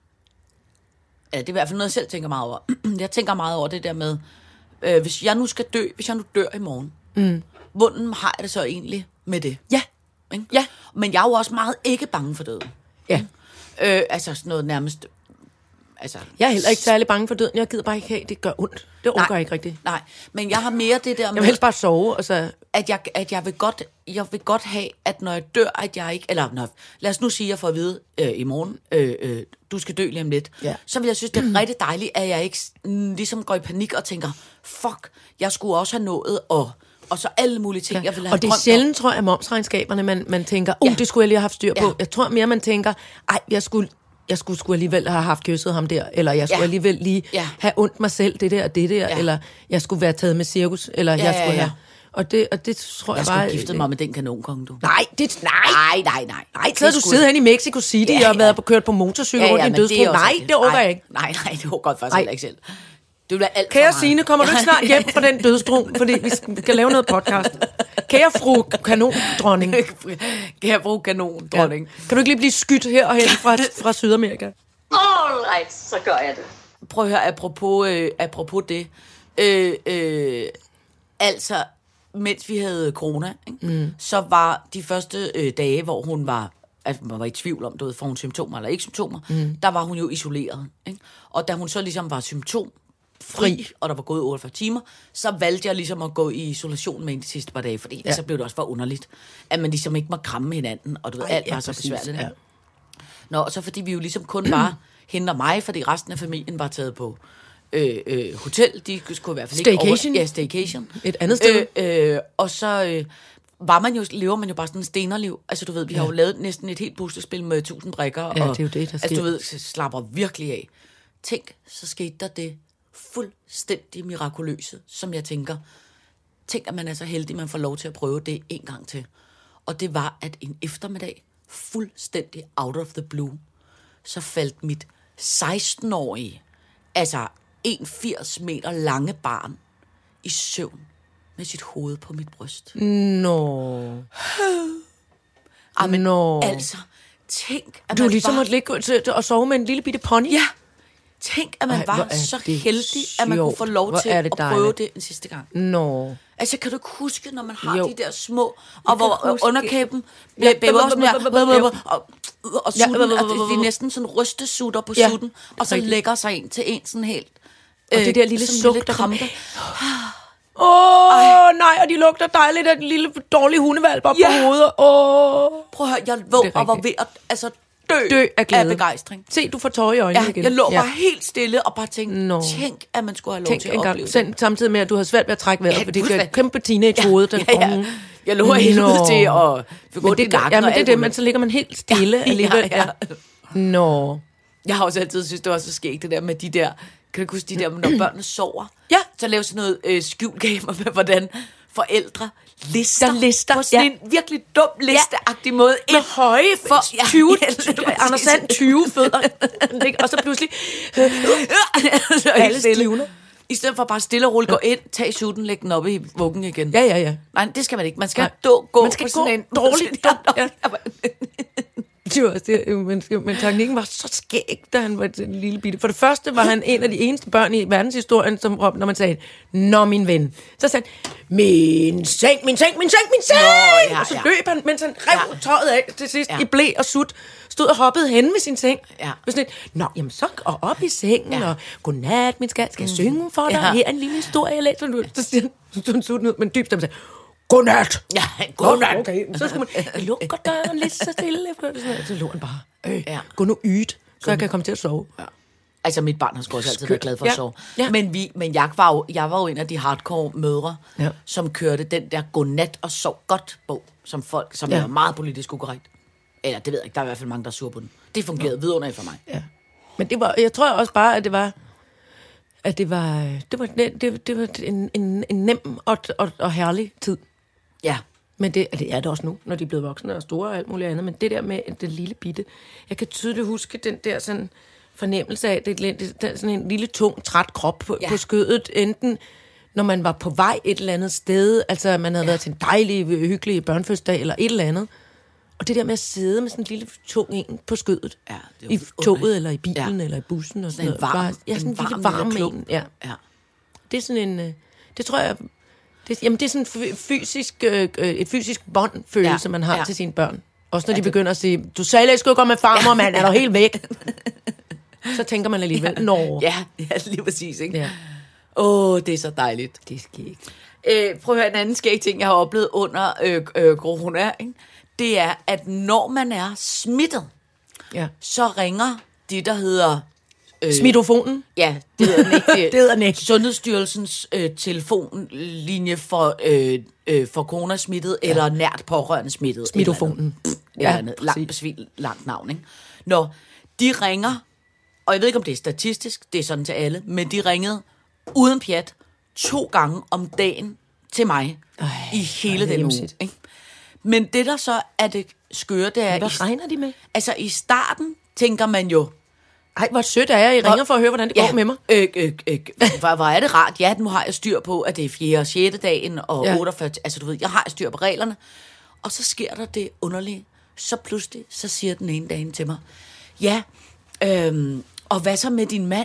Ja, det er i hvert fald noget, jeg selv tænker meget over. Jeg tænker meget over det der med, øh, hvis jeg nu skal dø, hvis jeg nu dør i morgen, mm. hvordan har jeg det så egentlig med det? Ja. Ikke? Ja. Men jeg er jo også meget ikke bange for døden. Ja. Øh, altså sådan noget nærmest... Altså, jeg er heller ikke særlig bange for døden. Jeg gider bare ikke have, det gør ondt. Det orker jeg ikke rigtigt. Nej, men jeg har mere det der med... Jeg vil helst bare sove, og så... At jeg, at jeg vil godt... Jeg vil godt have, at når jeg dør, at jeg ikke... Eller når, lad os nu sige, at jeg får at vide øh, i morgen, øh, øh, du skal dø lige om lidt. Ja. Så vil jeg synes, det er rigtig dejligt, at jeg ikke mm, ligesom går i panik og tænker, fuck, jeg skulle også have nået og... Og så alle mulige ting, ja. jeg vil have. Og det er sjældent, tror jeg, momsregnskaberne, man, man tænker, uh, ja. det skulle jeg lige have haft styr på. Ja. Jeg tror mere, man tænker, ej, jeg skulle, jeg skulle, skulle alligevel have haft kysset ham der, eller jeg skulle ja. alligevel lige ja. have ondt mig selv, det der og det der, ja. eller jeg skulle være taget med cirkus, eller ja, jeg skulle ja, ja. have... Og det, og det tror jeg, jeg bare... Jeg skulle gifte mig med den kanonkonge, du. Nej, det... Nej, nej, nej. nej. nej så havde du siddet hen i Mexico City ja, ja. og været på, kørt på motorcykel ja, ja, rundt i en dødsbro. Nej, det orker jeg ikke. Nej, nej, det orker jeg faktisk heller ikke selv. Det alt Kære Signe, kommer du ikke snart hjem fra den dødsdro, fordi vi skal lave noget podcast? Kære fru kanondronning. Kære fru kanondronning. Ja. Kan du ikke lige blive skudt her og hen fra, fra Sydamerika? All right, så gør jeg det. Prøv at høre, apropos, øh, apropos det. Øh, øh, altså, mens vi havde corona, ikke, mm. så var de første øh, dage, hvor hun var... at man var i tvivl om, du ved, får hun symptomer eller ikke symptomer, mm. der var hun jo isoleret. Ikke? Og da hun så ligesom var symptomfri, Fri. og der var gået otteogfyrre timer, så valgte jeg ligesom at gå i isolation med de sidste par dage, fordi ja. så blev det også for underligt, at man ligesom ikke må kramme hinanden, og du ved, Ej, alt var ja, så besværligt. Ja. Nå, og så fordi vi jo ligesom kun var hende og mig, fordi resten af familien var taget på øh, øh, hotel, de skulle i hvert fald ikke staycation. over... Ja, staycation. Et andet sted. Øh, øh, og så... Øh, var man jo, lever man jo bare sådan en stenerliv. Altså, du ved, vi ja. har jo lavet næsten et helt puslespil med tusind brikker. Ja, og, det er jo det, der sker. Altså, du ved, slapper virkelig af. Tænk, så skete der det fuldstændig mirakuløse, som jeg tænker. Tænk, at man er så heldig, man får lov til at prøve det en gang til. Og det var, at en eftermiddag, fuldstændig out of the blue, så faldt mit seksten-årige altså en komma firs meter lange barn i søvn med sit hoved på mit bryst. Nå. Ej, men Nå. altså, tænk, at Du er man ligesom var... at ligge til og sove med en lille bitte pony. Ja, tænk, at man Ej, Ej, hvor var er så det heldig, at man kunne få lov sjovt. til Hvor er at det prøve dejligt. det en sidste gang. Nå. Altså, kan du ikke huske, når man har Jo. de der små, og hvor huske- underkæben Ja, bæver sådan her, jo. og, og Ja, sutten, og det er næsten sådan rystesutter på Ja, sutten, og så rigtigt. lægger sig ind til en sådan helt... Og det der lille sådan en suk, lille der kommer. krampe. Åh, oh, nej, og de lugter dejligt af den lille dårlige hundevalp op Ja. på hovedet. Åh. Oh. Prøv at høre, jeg lå Det er og var rigtigt. ved at altså, dø, Dø af glæde. af begejstring. Se, du får tårer i øjnene Ja, igen. jeg lå Ja. bare helt stille og bare tænkte, Nå. tænk, at man skulle have lov Tænk til at en opleve gang, det. selv, samtidig med, at du havde svært ved at trække vejret, Ja, fordi det er et fuldstændig. kæmpe teenage-hoved. Den, Ja, ja. Jeg lå helt Nå. ude til at få Men ondt i det, nakken ja, og men det er alt det, muligt. men så ligger man helt stille Ja, alligevel. ja, ja. Nå. Jeg har også altid synes det var så skægt, det der med de der, kan du huske de der, når børnene sover? Ja. Så lave sådan noget øh, skjulgamer med, hvordan forældre lister, Der lister, på sådan ja. en virkelig dum listeagtig måde. Med ind. høje For- for, tyve, ja, ja, præcis. Anders Sand tyve fødder. Ikke? Og så pludselig Så alle helt stille. stivner. I stedet for bare stille og roligt gå ind, tage sutten, lægge den op i vuggen igen. Ja, ja, ja. Nej, det skal man ikke. Man skal Nej. dog, gå Man skal på gå sådan en dårligt. Ja. Det var også det, men, men teknikken var så skæg, da han var en lille bitte. For det første var han en af de eneste børn i verdenshistorien, som råbte, når man sagde, nå min ven. Så sagde han, min seng, min seng, min seng, min seng! Nå, ja, og så ja. løb han, mens han rev Ja. tøjet af til sidst Ja. i blæ og sut. Stod og hoppede hen ved sin seng. Ja. Og sådan lidt, nå, jamen så og op i sengen, Ja. og godnat, min skat, skal jeg synge for dig? Ja. Her er en lille historie, jeg læser nu. Så siger han, så stod han sutten ud med en dyb stemme og sagde, godnat! Ja, godnat. Okay, så skulle man, jeg lukker døren lidt så stille. Så lå han bare, øh, Ja. gå nu ydt, så jeg kan komme til at sove. Ja. Altså, mit barn har sgu også altid været glad for Ja. at sove. Ja. Men, vi, men jeg, var jo, jeg var jo en af de hardcore mødre, Ja. som kørte den der godnat og sov godt bog, som folk, som Ja. ja. er meget politisk ukorrekt. Eller det ved jeg ikke, der er i hvert fald mange, der er sure på den. Det fungerede vidunderligt for mig. Ja. Men det var, jeg tror også bare, at det var, at det var, det var, det, det var en, en, en nem og, og, og herlig tid. Ja. Men det, det er det også nu, når de er blevet voksne og store og alt muligt andet. Men det der med det lille bitte, jeg kan tydeligt huske den der sådan fornemmelse af, det, det, det, sådan en lille, tung, træt krop på, Ja. ja. på skødet, enten når man var på vej et eller andet sted, altså man havde ja. været til en dejlig, hyggelig børnefødselsdag eller et eller andet. Og det der med at sidde med sådan en lille tung en på skødet, Ja, det er i jo toget underligt. eller i bilen Ja. eller i bussen og sådan, Sådan en noget. varm- Bare, ja, sådan en, en lille varm varm lille klump. en. Ja. Ja. Det er sådan en, øh, det tror jeg, det, jamen det er sådan en fysisk, øh, et fysisk båndfølelse, Ja, man har ja. til sine børn. Også når ja, de begynder at sige, du sagde, at jeg skulle gå med farmor, mand, er du helt væk? Så tænker man alligevel, nå. Ja, ja, lige præcis, ikke? Ja. Åh, oh, det er så dejligt. Det er skægt. Øh, prøv at høre, en anden skæg ting, jeg har oplevet under øh, øh, corona, ikke? Det er, at når man er smittet, Ja. så ringer de, der hedder... Øh, Smidofonen. Ja, det hedder den ikke. Det hedder den ikke. Sundhedsstyrelsens øh, telefonlinje for, øh, øh, for coronasmittet, ja. eller nært pårørende smittet. Smidofonen. Ja, Ja, langt præcis. besvil, langt navn, ikke? Når de ringer, og jeg ved ikke, om det er statistisk, det er sådan til alle, men de ringede uden pjat to gange om dagen til mig Ej, i hele ej, det er den uge. hjemsigt. Ikke? Men det, der så er det skøre, det er... Hvad i, regner de med? altså, i starten tænker man jo... Ej, hvor sødt er jeg. I ringer for at høre, hvordan det går med mig. Øh, øh, øh, hvor, hvor er det rart. Ja, nu har jeg styr på, at det er fjerde og sjette dagen, og Ja. otteogfyrre... Altså, du ved, jeg har styr på reglerne. Og så sker der det underlige. Så pludselig, så siger den ene dame til mig, ja, øhm, og hvad så med din mand?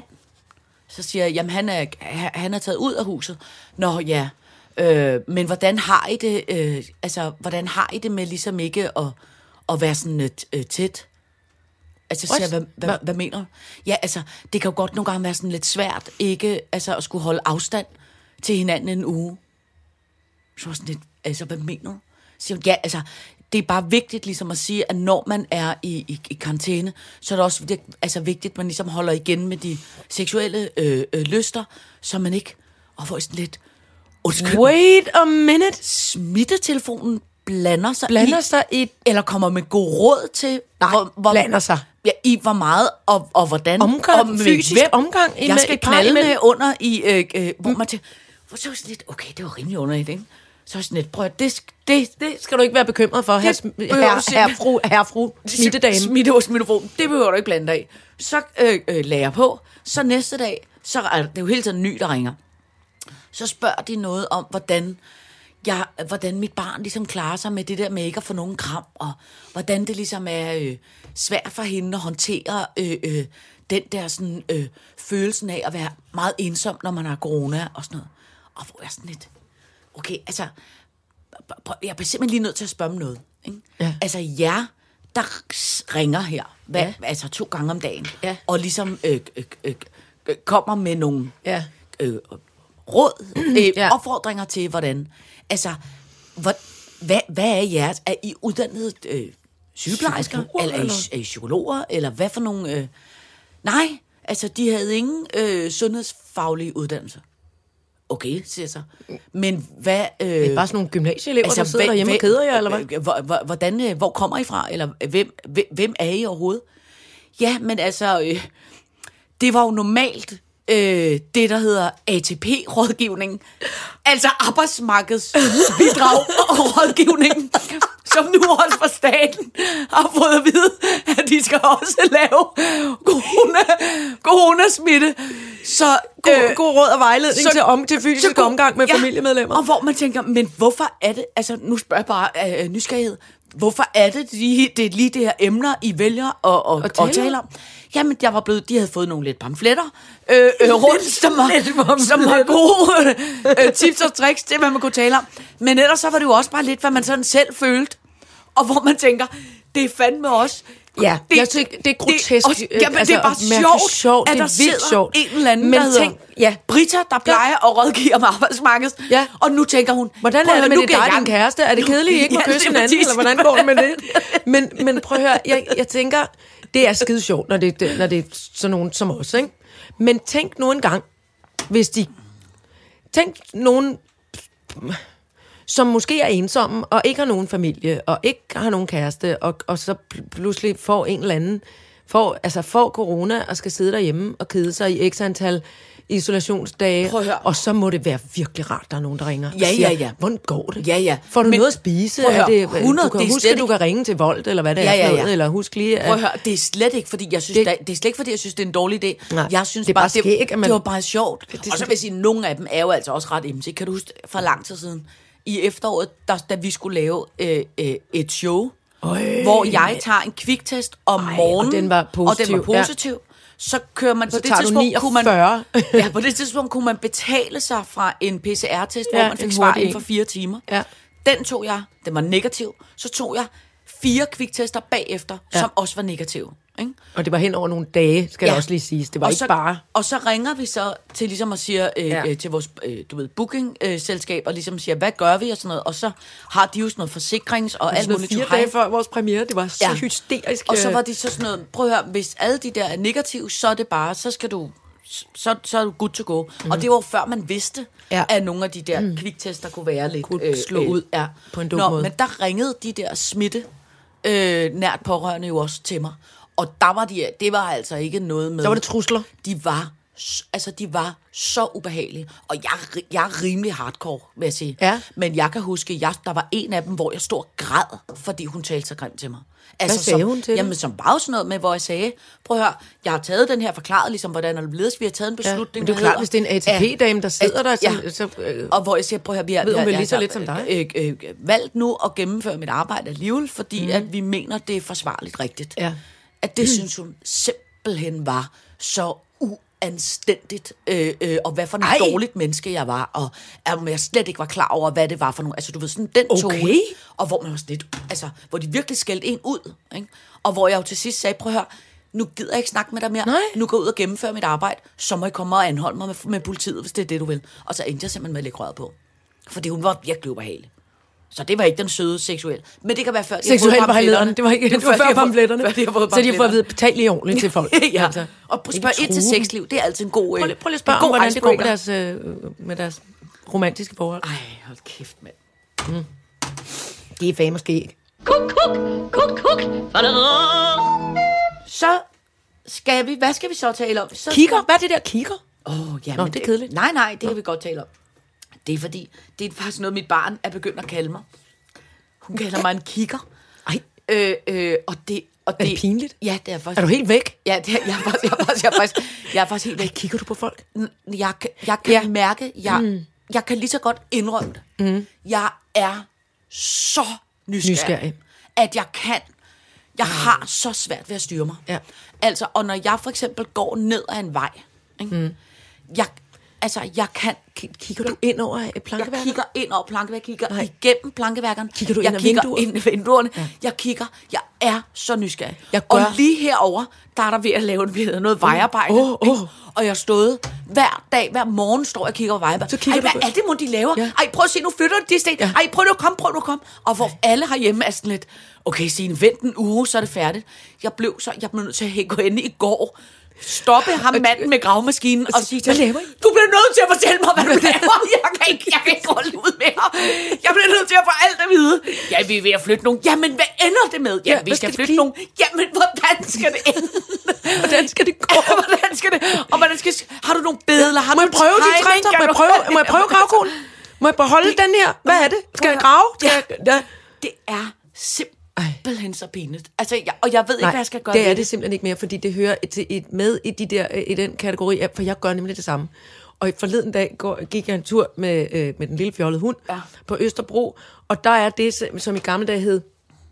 Så siger jeg, jamen, han er, han er taget ud af huset. Nå, ja, øh, men hvordan har I det, øh, altså, hvordan har I det med ligesom ikke at, at være sådan et, øh, tæt? Altså, siger jeg, hvad, hvad, hvad, hvad mener du? Ja, altså, det kan jo godt nogle gange være sådan lidt svært, ikke, altså, at skulle holde afstand til hinanden en uge. Så var sådan lidt, altså, hvad mener du? Så siger hun, ja, altså, det er bare vigtigt ligesom at sige, at når man er i, i, i karantæne, så er det også det, altså, vigtigt, at man ligesom holder igen med de seksuelle øh, øh, lyster, så man ikke, og får sådan lidt, undskyld, Wait a minute. smittetelefonen blander sig Blander i, sig i... eller kommer med god råd til, Nej, blander sig. Ja, i hvor meget og, og hvordan. Omgang, og med fysisk hvem omgang i- jeg med skal et par knalde imellem. med under i, øh, øh, hvor man tænker, hvor så var sådan lidt, okay, det var rimelig underligt, ikke? Så var sådan lidt, prøv at, det, det, Det skal du ikke være bekymret for, herre behøver du her, simpelthen- her, fru, her, fru smittedame. Smitte hos smittefon, det behøver du ikke blande dig i. Så øh, øh, lagde jeg på, så næste dag, så er det jo hele tiden ny, der ringer. Så spørger de noget om, hvordan, jeg, hvordan mit barn ligesom klarer sig med det der med ikke at få nogen kram, og hvordan det ligesom er øh, svært for hende at håndtere øh, øh, den der sådan, øh, følelsen af at være meget ensom, når man har corona og sådan noget. Og hvor jeg sådan lidt, okay, altså, jeg er simpelthen lige nødt til at spørge om noget. Ikke? Ja. Altså, jer, der ringer her, hvad, ja. altså to gange om dagen, ja. og ligesom øh, øh, øh, kommer med nogle ja. øh, råd, øh, ja. opfordringer til, hvordan, altså, hvad, hvad, hvad er jeres, er I uddannede øh, sygeplejersker, eller er I, er I psykologer, eller hvad for nogle, øh, nej, altså, de havde ingen øh, sundhedsfaglige uddannelser. Okay, siger jeg så. Men hvad... Øh, det er bare sådan nogle gymnasieelever, altså, der sidder derhjemme og keder jer, eller hvad? Hvordan, hvor kommer I fra? Eller hvem, hvem er I overhovedet? Ja, men altså... Øh, det var jo normalt øh, det, der hedder A T P-rådgivning. Altså arbejdsmarkedsbidrag og rådgivning, som nu også fra staten har fået at vide, at de skal også lave corona, coronasmitte. Så god, øh, god råd og vejledning så, til, om, til fysisk god, omgang med ja, familiemedlemmer. Og hvor man tænker, men hvorfor er det, altså nu spørger jeg bare af øh, nysgerrighed, hvorfor er det, de, det er lige det her emner, I vælger at, at, at, at tale om? Jamen, jeg var blevet, de havde fået nogle lidt pamfletter øh, øh, rundt, som var, som var gode øh, tips og tricks til, hvad man kunne tale om. Men ellers så var det jo også bare lidt, hvad man sådan selv følte. Og hvor man tænker, det er fandme også... Ja, det, jeg synes, det er grotesk. Det, ja, men altså, det er bare sjovt, sjovt, at der sidder sjovt. En eller anden, men der tænk, ja. Britta, der plejer ja. at rådgive om arbejdsmarkedet. Ja. Og nu tænker hun... Hvordan er det med det dig, din kæreste? Er det kedeligt, I ikke må ja, kysse hinanden? Eller hvordan går det med det? Men, men prøv at høre, jeg, jeg tænker, det er skide sjovt, når det, når det er sådan nogen som os, ikke? Men tænk nu en gang, hvis de... Tænk nogen... som måske er ensomme, og ikke har nogen familie, og ikke har nogen kæreste, og, og så pludselig får en eller anden, får, altså får corona, og skal sidde derhjemme og kede sig i x antal isolationsdage, og så må det være virkelig rart, der er nogen, der ringer ja, og siger, ja, ja. hvordan går det? Ja, ja. Får du Men, noget at spise? Er det, hundrede, du kan, husk, at du kan ringe til Volt, eller hvad det ja, er for noget, ja, ja. eller husk lige... At, Prøv at høre, det er slet ikke, fordi jeg synes, det, det er slet ikke, fordi jeg synes, det er en dårlig idé. Nej, jeg synes det, bare, bare skæg, det, man, det var bare sjovt. Det, det, og så vil jeg sige, nogle af dem er jo altså også ret emse. Kan du huske, for lang tid siden, i efteråret, der, da vi skulle lave øh, øh, et show, Øj. hvor jeg tager en kviktest om Ej, morgenen, og den var positiv, og den var positiv ja. Så kører man så på det tidspunkt kunne man ja, på det tidspunkt kunne man betale sig fra en P C R-test, ja, hvor man fik svar inden for fire timer. Ja. Den tog jeg, den var negativ. Så tog jeg fire kviktester bagefter, ja. som også var negative. Ikke? Og det var hen over nogle dage, skal ja. det også lige siges. Det var og ikke så, bare... Og så ringer vi så til ligesom at sige, øh, ja. øh, til vores øh, du ved, booking-selskab, og ligesom siger, hvad gør vi og sådan noget. Og så har de jo sådan noget forsikrings og alt muligt. Fire dage før vores premiere, det var så ja. hysterisk. Og så var de så sådan noget, prøv at høre, hvis alle de der er negative, så er det bare, så skal du... Så, så er du good to go. Mm. Og det var før man vidste, ja. at nogle af de der mm. kviktester kunne være lidt... Kunne øh, slå øh, ud ja. på en dum Nå, måde. Men der ringede de der smitte øh, nært pårørende jo også til mig. Og der var de, det var altså ikke noget med... Der var det trusler. De var, altså de var så ubehagelige. Og jeg, jeg er rimelig hardcore, vil jeg sige. Ja. Men jeg kan huske, jeg, der var en af dem, hvor jeg stod og græd, fordi hun talte så grimt til mig. Altså, Hvad sagde som, hun til Jamen, som bare sådan noget med, hvor jeg sagde, prøv at høre, jeg har taget den her forklaret, ligesom hvordan det blevet, vi har taget en beslutning. Ja, men det er jo klart, hvis det er en A T P-dame, der sidder at, der, ja. så... Øh, og hvor jeg siger, prøv at høre, vi har, ved hun vi har, vel lige altså, så lidt som dig? Øh, øh, øh, valgt nu at gennemføre mit arbejde alligevel, fordi mm. at vi mener, det er forsvarligt rigtigt. Ja. At det mm. synes hun simpelthen var så uanstændigt, øh, øh, og hvad for et dårligt menneske jeg var, og at jeg slet ikke var klar over, hvad det var for nogle, altså du ved, sådan den okay. tone, og hvor man var sådan lidt, altså, hvor de virkelig skældte en ud, ikke? Og hvor jeg jo til sidst sagde, prøv at høre, nu gider jeg ikke snakke med dig mere, Nej. nu går jeg ud og gennemføre mit arbejde, så må I komme og anholde mig med, med politiet, hvis det er det, du vil. Og så endte jeg simpelthen med at lægge røret på, fordi hun var virkelig ubehagelig. Så det var ikke den søde seksuel. Men det kan være før, de seksuel vejlederne. Det var ikke det var før pamfletterne. Før de så de har fået at vide, betal lige ordentligt til folk. ja. Altså, og spørg ind til sexliv, det er altid en god... Prøv lige, prøv lige at spørge om, hvordan det går med deres, øh, med deres romantiske forhold. Ej, hold kæft, mand. Mm. Det er fame måske ikke. Kuk, kuk, kuk, kuk. Så skal vi... Hvad skal vi så tale om? Så kigger? Hvad er det der kigger? Åh, oh, jamen... Nå, det er kedeligt. Nej, nej, det Nå. kan vi godt tale om. Det er fordi, det er faktisk noget, mit barn er begyndt at kalde mig. Hun kalder mig en kigger. Ej. Øh, øh, og det, Og Er det pinligt? Ja, det er faktisk... Er du helt væk? Ja, det er, jeg, er faktisk, jeg, er faktisk, jeg, er faktisk, jeg er faktisk helt Ej, væk. kigger du på folk? Jeg, jeg kan Ja. ja. mærke, jeg, mm. jeg kan lige så godt indrømme det. Mm. Jeg er så nysgerrig, Nysgerrig. at jeg kan... Jeg har så svært ved at styre mig. Ja. Altså, og når jeg for eksempel går ned ad en vej, ikke? Mm. Jeg, altså, jeg kan... Kigger du ind over et Jeg plankeværk? kigger ind over plankeværket, jeg kigger Nej. igennem plankeværkerne. Kigger du jeg ind ad kigger vinduer? ind i vinduerne. Ja. Jeg kigger. Jeg er så nysgerrig. Jeg og gør- lige herover der er der ved at lave vi hedder noget vejarbejde. Åh, åh. ikke? Og jeg har stået hver dag, hver morgen står jeg og kigger over vejarbejde. Så kigger Ej, du hvad på- er det, må de laver? Ja. Ej, prøv at se, nu flytter de det sten. Ja. Ej, prøv nu at komme, prøv nu at komme. Og hvor alle herhjemme er sådan lidt, okay, Signe, vent en uge, så er det færdigt. Jeg blev så, jeg blev nødt til at gå ind i går, stoppe ham manden med gravemaskinen og sige til hvad ham, laver I? du bliver nødt til at fortælle mig, hvad du laver. Jeg kan ikke, jeg kan ikke holde ud mere. Jeg bliver nødt til at få alt at vide. Ja, vi er ved at flytte nogen. Jamen, hvad ender det med? Ja, Ja, vi hvad skal skal det flytte blive? nogen. Jamen, hvordan skal det ende? Hvordan skal det gå? hvordan skal det? Og hvordan skal... Har du nogle billeder? Har Må du jeg prøve de tegninger? træster? Må jeg prøve, må jeg prøve gravkonen? Må jeg beholde den her? Hvad er det? Skal jeg grave? Skal jeg, ja. Det er simpelthen så pinligt. Altså, jeg, og jeg ved ikke, Nej, hvad jeg skal gøre det er ved det simpelthen ikke mere, fordi det hører til et, med i, de der, i den kategori, for jeg gør nemlig det samme. Og forleden dag går, gik jeg en tur med, øh, med den lille fjollede hund Ja. på Østerbro, og der er det, som- som i gamle dage hed,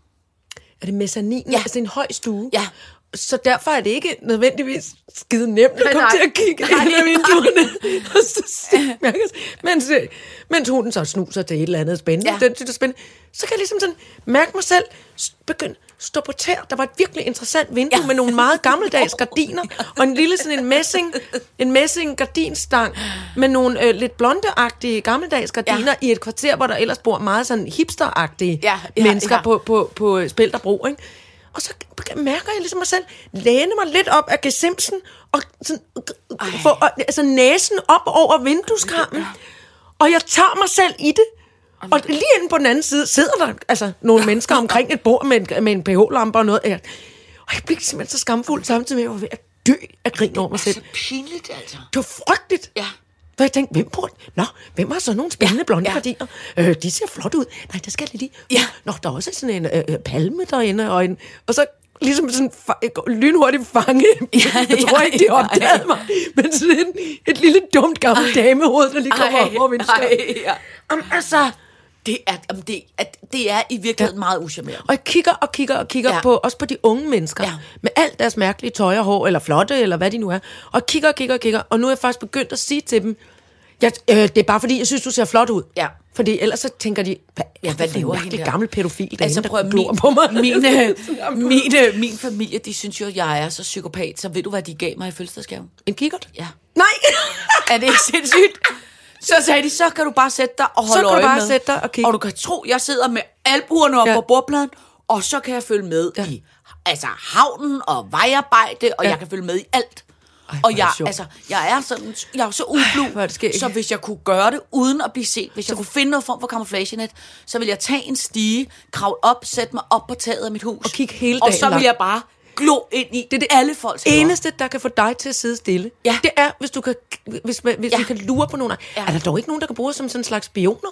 er det mezzaninen? Ja. Altså en høj stue. Ja. Så derfor er det ikke nødvendigvis skide nemt at Nej, komme nej. til at kigge ind ad vinduerne. Og så mærker, mens, øh, mens hunden så snuser til et eller andet spændende, Ja. ja. den synes, det er spændende, så kan jeg ligesom sådan mærke mig selv s- begynde stå på tær. Der var et virkelig interessant vindue Ja. ja. med nogle meget gammeldags gardiner, og en lille sådan en messing, en messing gardinstang med nogle øh, lidt blondeagtige gammeldags gardiner Ja. i et kvarter, hvor der ellers bor meget sådan hipsteragtige Ja, ja, mennesker ja. på, på, på Spelterbro, ikke? Og så mærker jeg ligesom mig selv læne mig lidt op af gesimsen og sådan, få altså næsen op over vindueskarmen. Og jeg tager mig selv i det. Og lige inde på den anden side sidder der altså nogle mennesker omkring et bord med en, med en pH-lampe og noget. Og jeg, og jeg blev simpelthen så skamfuld samtidig med, at jeg var ved at dø af grin over mig selv. Så pinligt, altså. Det var frygteligt. Ja. For jeg tænkte, hvem bor Nå, hvem har så nogle spændende Ja, blonde ja. gardiner? Øh, de ser flot ud. Nej, der skal jeg lige. Ja. Nå, der er også sådan en øh, palme derinde. Og, en, og så ligesom sådan fa- lynhurtigt fange. Ja, jeg tror ja, ikke, de ja, opdagede ja. mig. Men sådan en, et lille dumt gammelt damehoved, der lige kommer op over vindueskarmen. ej, ja. Jamen, altså... Det er, jamen, det, at det er i virkeligheden meget uschammerende. Og jeg kigger og kigger og kigger Ja. ja. på, også på de unge mennesker, Ja. ja. med alt deres mærkelige tøj og hår, eller flotte, eller hvad de nu er. Og jeg kigger og kigger og kigger, og nu er jeg faktisk begyndt at sige til dem, jeg, øh, det er bare fordi, jeg synes, du ser flot ud. Ja. Fordi ellers så tænker de, hvad, Ja, hvad for en lever mærkelig hende der? gammel pædofil, derinde, Altså der prøv at glor min, på mig. mine, mine, min familie, de synes jo, at jeg er så psykopat, så ved du, hvad de gav mig i fødselsdagsgave? En kikkert? Ja. Nej! Er det ikke sindssygt? Så sagde de, så kan du bare sætte dig og holde Så kan du øje bare med. sætte dig og kigge. Og du kan tro, jeg sidder med albuerne op Ja. på bordpladen, og så kan jeg følge med Ja. i altså havnen og vejarbejde, og Ja. jeg kan følge med i alt. Ej, hvor og er jeg, det sjovt. altså, jeg er sådan, jeg er så ublu, hvor er det skægt. så hvis jeg kunne gøre det uden at blive set, hvis jeg kunne finde noget form for camouflage-net, så ville jeg tage en stige, kravle op, sætte mig op på taget af mit hus. Og kigge hele Og dagen så vil lang. jeg bare glo ind i det, er det alle folks haver. eneste, der kan få dig til at sidde stille, Ja. det er, hvis du kan, hvis, hvis Ja. vi kan lure på nogen. Ja. Er der dog ikke nogen, der kan bruge som sådan en slags spioner?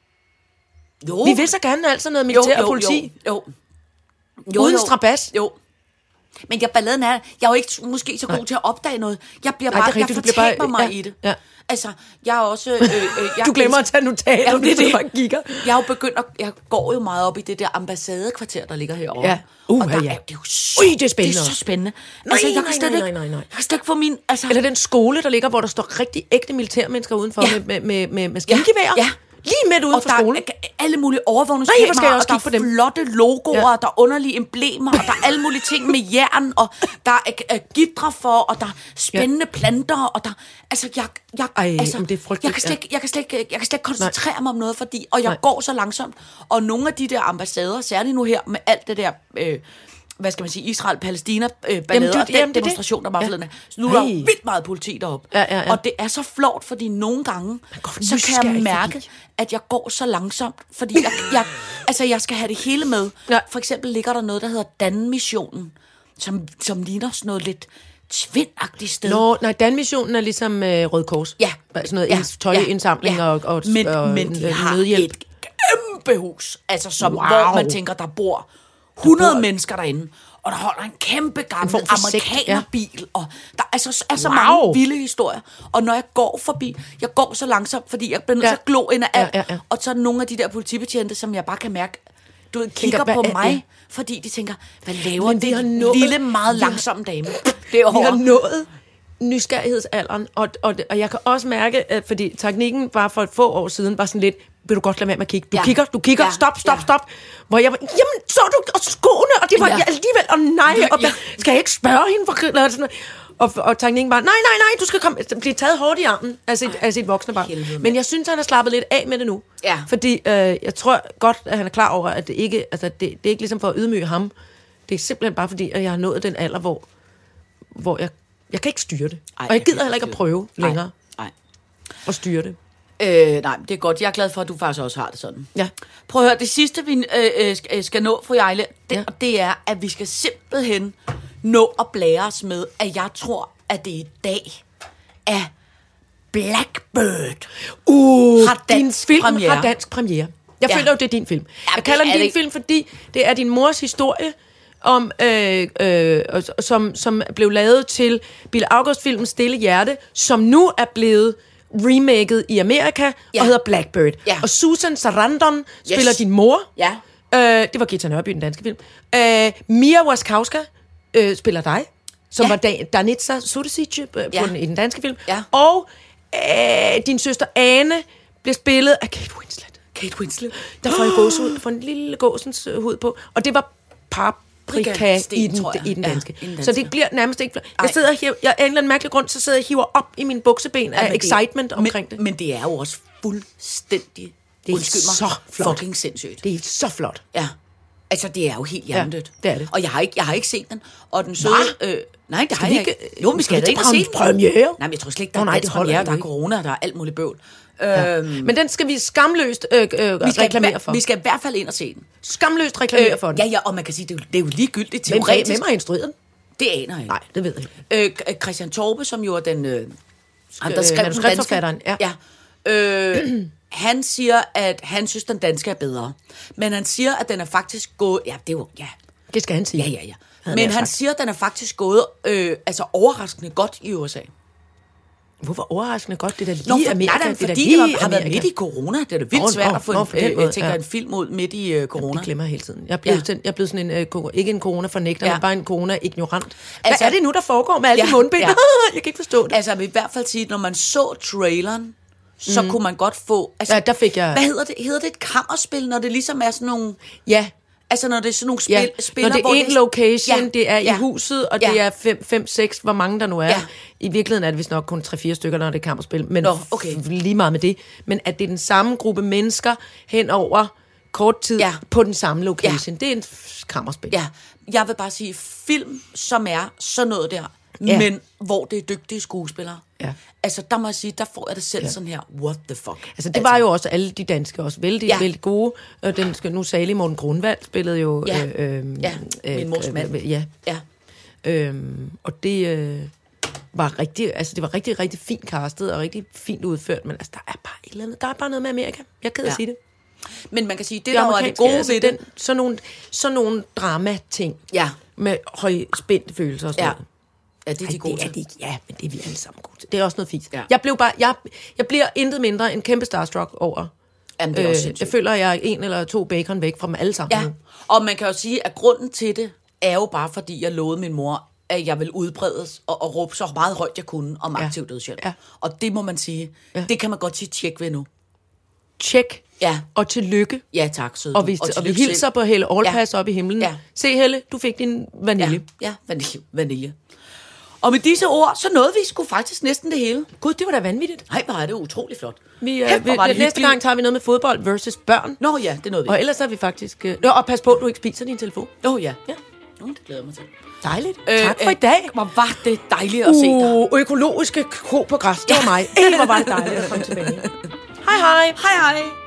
Jo. Vi vil så gerne altså noget militær og politi. Jo, jo. jo. Uden strabas. Jo. Men jeg balladen er, jeg er jo ikke måske så god Nej. til at opdage noget. Jeg bliver Nej, bare, det er rigtigt, jeg du bliver bare- fortaber mig ja, i det. ja. Altså, jeg er også... Øh, øh, jeg Du glemmer at tage notater, Jamen, det er hvis du det. bare kigger. Jeg er jo begyndt at, jeg går jo meget op i det der ambassadekvarter, der ligger herovre. Ja. Uh, og der ja. er, det er jo så, Ui, det er spændende Det er så også. spændende. Nej, altså, jeg nej, kan slet nej, ikke, nej, nej, nej. Jeg kan slet ikke få min... Altså, Eller den skole, der ligger, hvor der står rigtig ægte militærmennesker udenfor Ja. med, med, med, med maskingeværer. Ja. Lige midt uden og for der skolen. er alle mulige Nej, hvor skal overvågningskameraer, jeg også og der er kigge på dem? flotte logoer, Ja. ja. der er underlige emblemer, og der er alle mulige ting med jern, og der er, er gitre for, og der er spændende ja. planter, og der... Altså, jeg... jeg Ej, altså, men det er frygteligt, jeg kan, slet, ikke- jeg, kan slet, ikke- jeg kan slet ikke koncentrere Nej. mig om noget, fordi... Og jeg Nej. går så langsomt, og nogle af de der ambassader, særligt nu her, med alt det der... Øh, hvad skal man sige, Israel-Palæstina-ballader, øh, Jamen, det- og den jamen, det er det. demonstration, der var Ja. forleden. Så nu er der Ej. vildt meget politi deroppe. Ja, ja, ja. Og det er så flot, fordi nogle gange, går for så kan jeg nysgerrig, mærke, fordi- at jeg går så langsomt, fordi jeg, jeg, altså, jeg skal have det hele med. Ja. For eksempel ligger der noget, der hedder Dan-missionen, som, som ligner sådan noget lidt tvindagtigt sted. Nå, nej, Dan-missionen er ligesom øh, Røde Kors. Ja. Sådan noget Ja. ja. tøjindsamling Ja. og, og, men, og men de øh, har nødhjælp. et kæmpe hus, altså som, Wow. hvor man tænker, der bor hundrede bor- mennesker derinde. og der holder en kæmpe gammel form for sekt, amerikanerbil, ja. Og der er så, er så Wow. mange vilde historier. Og når jeg går forbi, jeg går så langsomt, fordi jeg bliver nødt til Ja. at glo ind af alt, Ja, ja, ja. og så er nogle af de der politibetjente, som jeg bare kan mærke, du ved, Tænker, kigger hvad på er mig, det? fordi de tænker, hvad laver Men vi det har nået- lille, meget vi har- langsomme dame? Det er Vi har over. nået nysgerrighedsalderen, og, og, og jeg kan også mærke, at fordi teknikken bare for et få år siden var sådan lidt, vil du godt lade være med at kigge? Du Ja. kigger, du kigger, Ja. stop, stop, Ja. stop. Hvor jeg var, jamen, så du og skoene, og det var Ja. ja. alligevel, og nej, og Ja. skal jeg ikke spørge hende? For, eller sådan noget. Og, og teknikken bare, nej, nej, nej, du skal komme, blive taget hårdt i armen af sit, af sit voksne barn. helvede, mand. Men jeg synes, han har slappet lidt af med det nu. Ja. Fordi øh, jeg tror godt, at han er klar over, at det ikke, altså, det, det er ikke ligesom for at ydmyge ham. Det er simpelthen bare fordi, at jeg har nået den alder, hvor, hvor jeg, jeg kan ikke styre det. Ej, og jeg jeg gider kan heller ikke ikke at prøve Nej. længere Nej. at styre det. Øh, nej, det er godt. Jeg er glad for, at du faktisk også har det sådan. Ja. Prøv at høre, det sidste, vi øh, øh, skal, skal nå, fru Jejle, det, Ja. ja. det er, at vi skal simpelthen nå at blære os med, at jeg tror, at det i dag er Blackbird. Uh, Har din dansk film premiere. har dansk premiere. Jeg Ja. føler jo, det er din film. Ja, Jeg kalder det den er din det. film, fordi det er din mors historie, om, øh, øh, som, som blev lavet til Bill August-filmen Stille Hjerte, som nu er blevet remaket i Amerika, Ja. og hedder Blackbird. Ja. Og Susan Sarandon Yes. spiller din mor. Ja. Øh, det var Gita Nørby, den danske film. Øh, Mia Wasikowska øh, spiller dig, som Ja. var da- Danitza Sudezic øh, Ja. på den, i den danske film. Ja. Og øh, din søster Ane bliver spillet af Kate Winslet. Kate Winslet. Der får en gåsehud, får en lille gåsens øh, hud på. Og det var paprika Sten, i den, tror jeg. i den Ja, danske. i den danske. Så det bliver nærmest ikke... Ej. Jeg sidder og hiver, jeg, af en eller anden mærkelig grund, så sidder jeg og hiver op i mine bukseben Ja, af men det- excitement omkring men, det. Men det er jo også fuldstændig, Det er undskyld mig, så flot. fucking sindssygt. Det er så flot. Ja. Altså, det er jo helt hjernedødt. det er det. Og jeg har ikke, jeg har ikke set den. Og den søde... Nej. Øh, nej, det har vi jeg ikke- ikke. Jo, men vi skal skal da vi ikke til se den. premiere? Nej, men jeg tror slet ikke, der Nå, er nej, dansk det holder premiere. jo Der er ikke. corona, der er alt muligt bøvl. Ja. Øhm, Men den skal vi skamløst øh, øh, vi skal, reklamere for. Vi skal i hvert fald ind og se den. Skamløst reklamere for den. Ja, ja, og man kan sige, det er jo, det er jo ligegyldigt Hvem, teoretisk. hvem har instrueret den? Det aner jeg ikke. Nej, det ved jeg ikke. Øh, Christian Torpe, som jo er den... Øh, han, der øh, skrev den manuskriptforfatteren, danske, ja. Øh, han siger, at han synes, den danske er bedre. Men han siger, at den er faktisk gået... Ja, det er jo... Ja, Det skal han sige. ja, ja. ja. Havde Men jeg han sagt. siger, at den er faktisk gået øh, altså overraskende godt i U S A. Hvorfor overraskende godt? Det er da lige Nå, for, Amerika. nej, nej, det er da fordi lige det har været Amerika. midt i corona. Det er da vildt Nå, svært nå, at få nå, en, på den øh, måde, jeg tænker, ja. en film ud midt i øh, corona. Det glemmer jeg hele tiden. Jeg er blevet, Ja. sådan, jeg er blevet sådan en, øh, ko- ikke en corona-fornægter, Ja. men bare en corona-ignorant. Hvad Altså- er det nu, der foregår med alle Ja, de mundbind? ja. jeg kan ikke forstå det. Altså, jeg vil i hvert fald sige, at når man så traileren, så mm. kunne man godt få... Altså, Ja, der fik jeg- Hvad hedder det? Hedder det et kammerspil, når det ligesom er sådan nogle... Ja, Altså, når det er sådan nogle spil, ja. spiller, Når det hvor er en location, Ja, det er i ja. huset, og Ja. det er fem, fem, seks, hvor mange der nu er. Ja. I virkeligheden er det vist nok kun tre fire stykker, når det er kammerspil. Men Nå, okay. f- lige meget med det. Men at det er den samme gruppe mennesker hen over kort tid Ja. på den samme location. Det er en f- kammerspil. Ja, jeg vil bare sige, film, som er sådan noget der, Ja. men hvor det er dygtige skuespillere. Ja. Altså, der må jeg sige, der får jeg det selv ja. sådan her, what the fuck. Altså, det var jo også alle de danske også vældig, ja. Ja. vældig gode. Og den skal nu salige Morten Grundvald spillede jo... Ja. Øh, øh, Ja, min mors mand. Øh, ja. Ja. Øhm, og det øh, var rigtig, altså det var rigtig, rigtig fint castet og rigtig fint udført, men altså der er bare et eller andet, der er bare noget med Amerika. Jeg er ked af at Ja. sige det. Men man kan sige, det, Det der jo er det amerikanske, gode altså, ved det, den, sådan nogle, sådan nogle drama-ting ja, med højspændte følelser og sådan ja, noget. ja, det er de Ej, gode det er til. det ikke. Ja, men det er vi alle sammen gode til. Det er også noget fint. Ja. Jeg blev bare, jeg, jeg bliver intet mindre en kæmpe starstruck over. Jamen, det er også Øh, sindssygt. jeg føler, at jeg er en eller to bacon væk fra dem alle sammen. Ja, nu. og man kan jo sige, at grunden til det er jo bare, fordi jeg lovede min mor, at jeg vil udbredes og, og råbe så meget højt, jeg kunne om Ja. aktiv dødshjælp. Ja. Og det må man sige, Ja. det kan man godt sige tjek ved nu. Tjek. Ja. Og tillykke. Ja, tak, søde. Og vi, og vi tillykke hilser selv. på Helle Aalpass Ja. op i himlen. Ja. Se, Helle, du fik din vanilje. Ja, ja, vanilje, vanilje. Og med disse ord, så nåede vi sgu faktisk næsten det hele. Gud, det var da vanvittigt. Nej, hvor er det utrolig flot. Vi, Kæft, øh, hvor vi, var det næste hyggeligt. gang tager vi noget med fodbold versus børn. Nå ja, det nåede vi. Og ellers er vi faktisk... Øh... Nå, og pas på, at du ikke spiser din telefon. Nå ja. Ja. Nå, det glæder jeg mig til. Dejligt. Øh, tak for øh, i dag. Hvor var det dejligt at se dig. Uh, økologiske ko på græs. Det var mig. Ej, hvor var det dejligt at komme tilbage. Hej hej. Hej hej.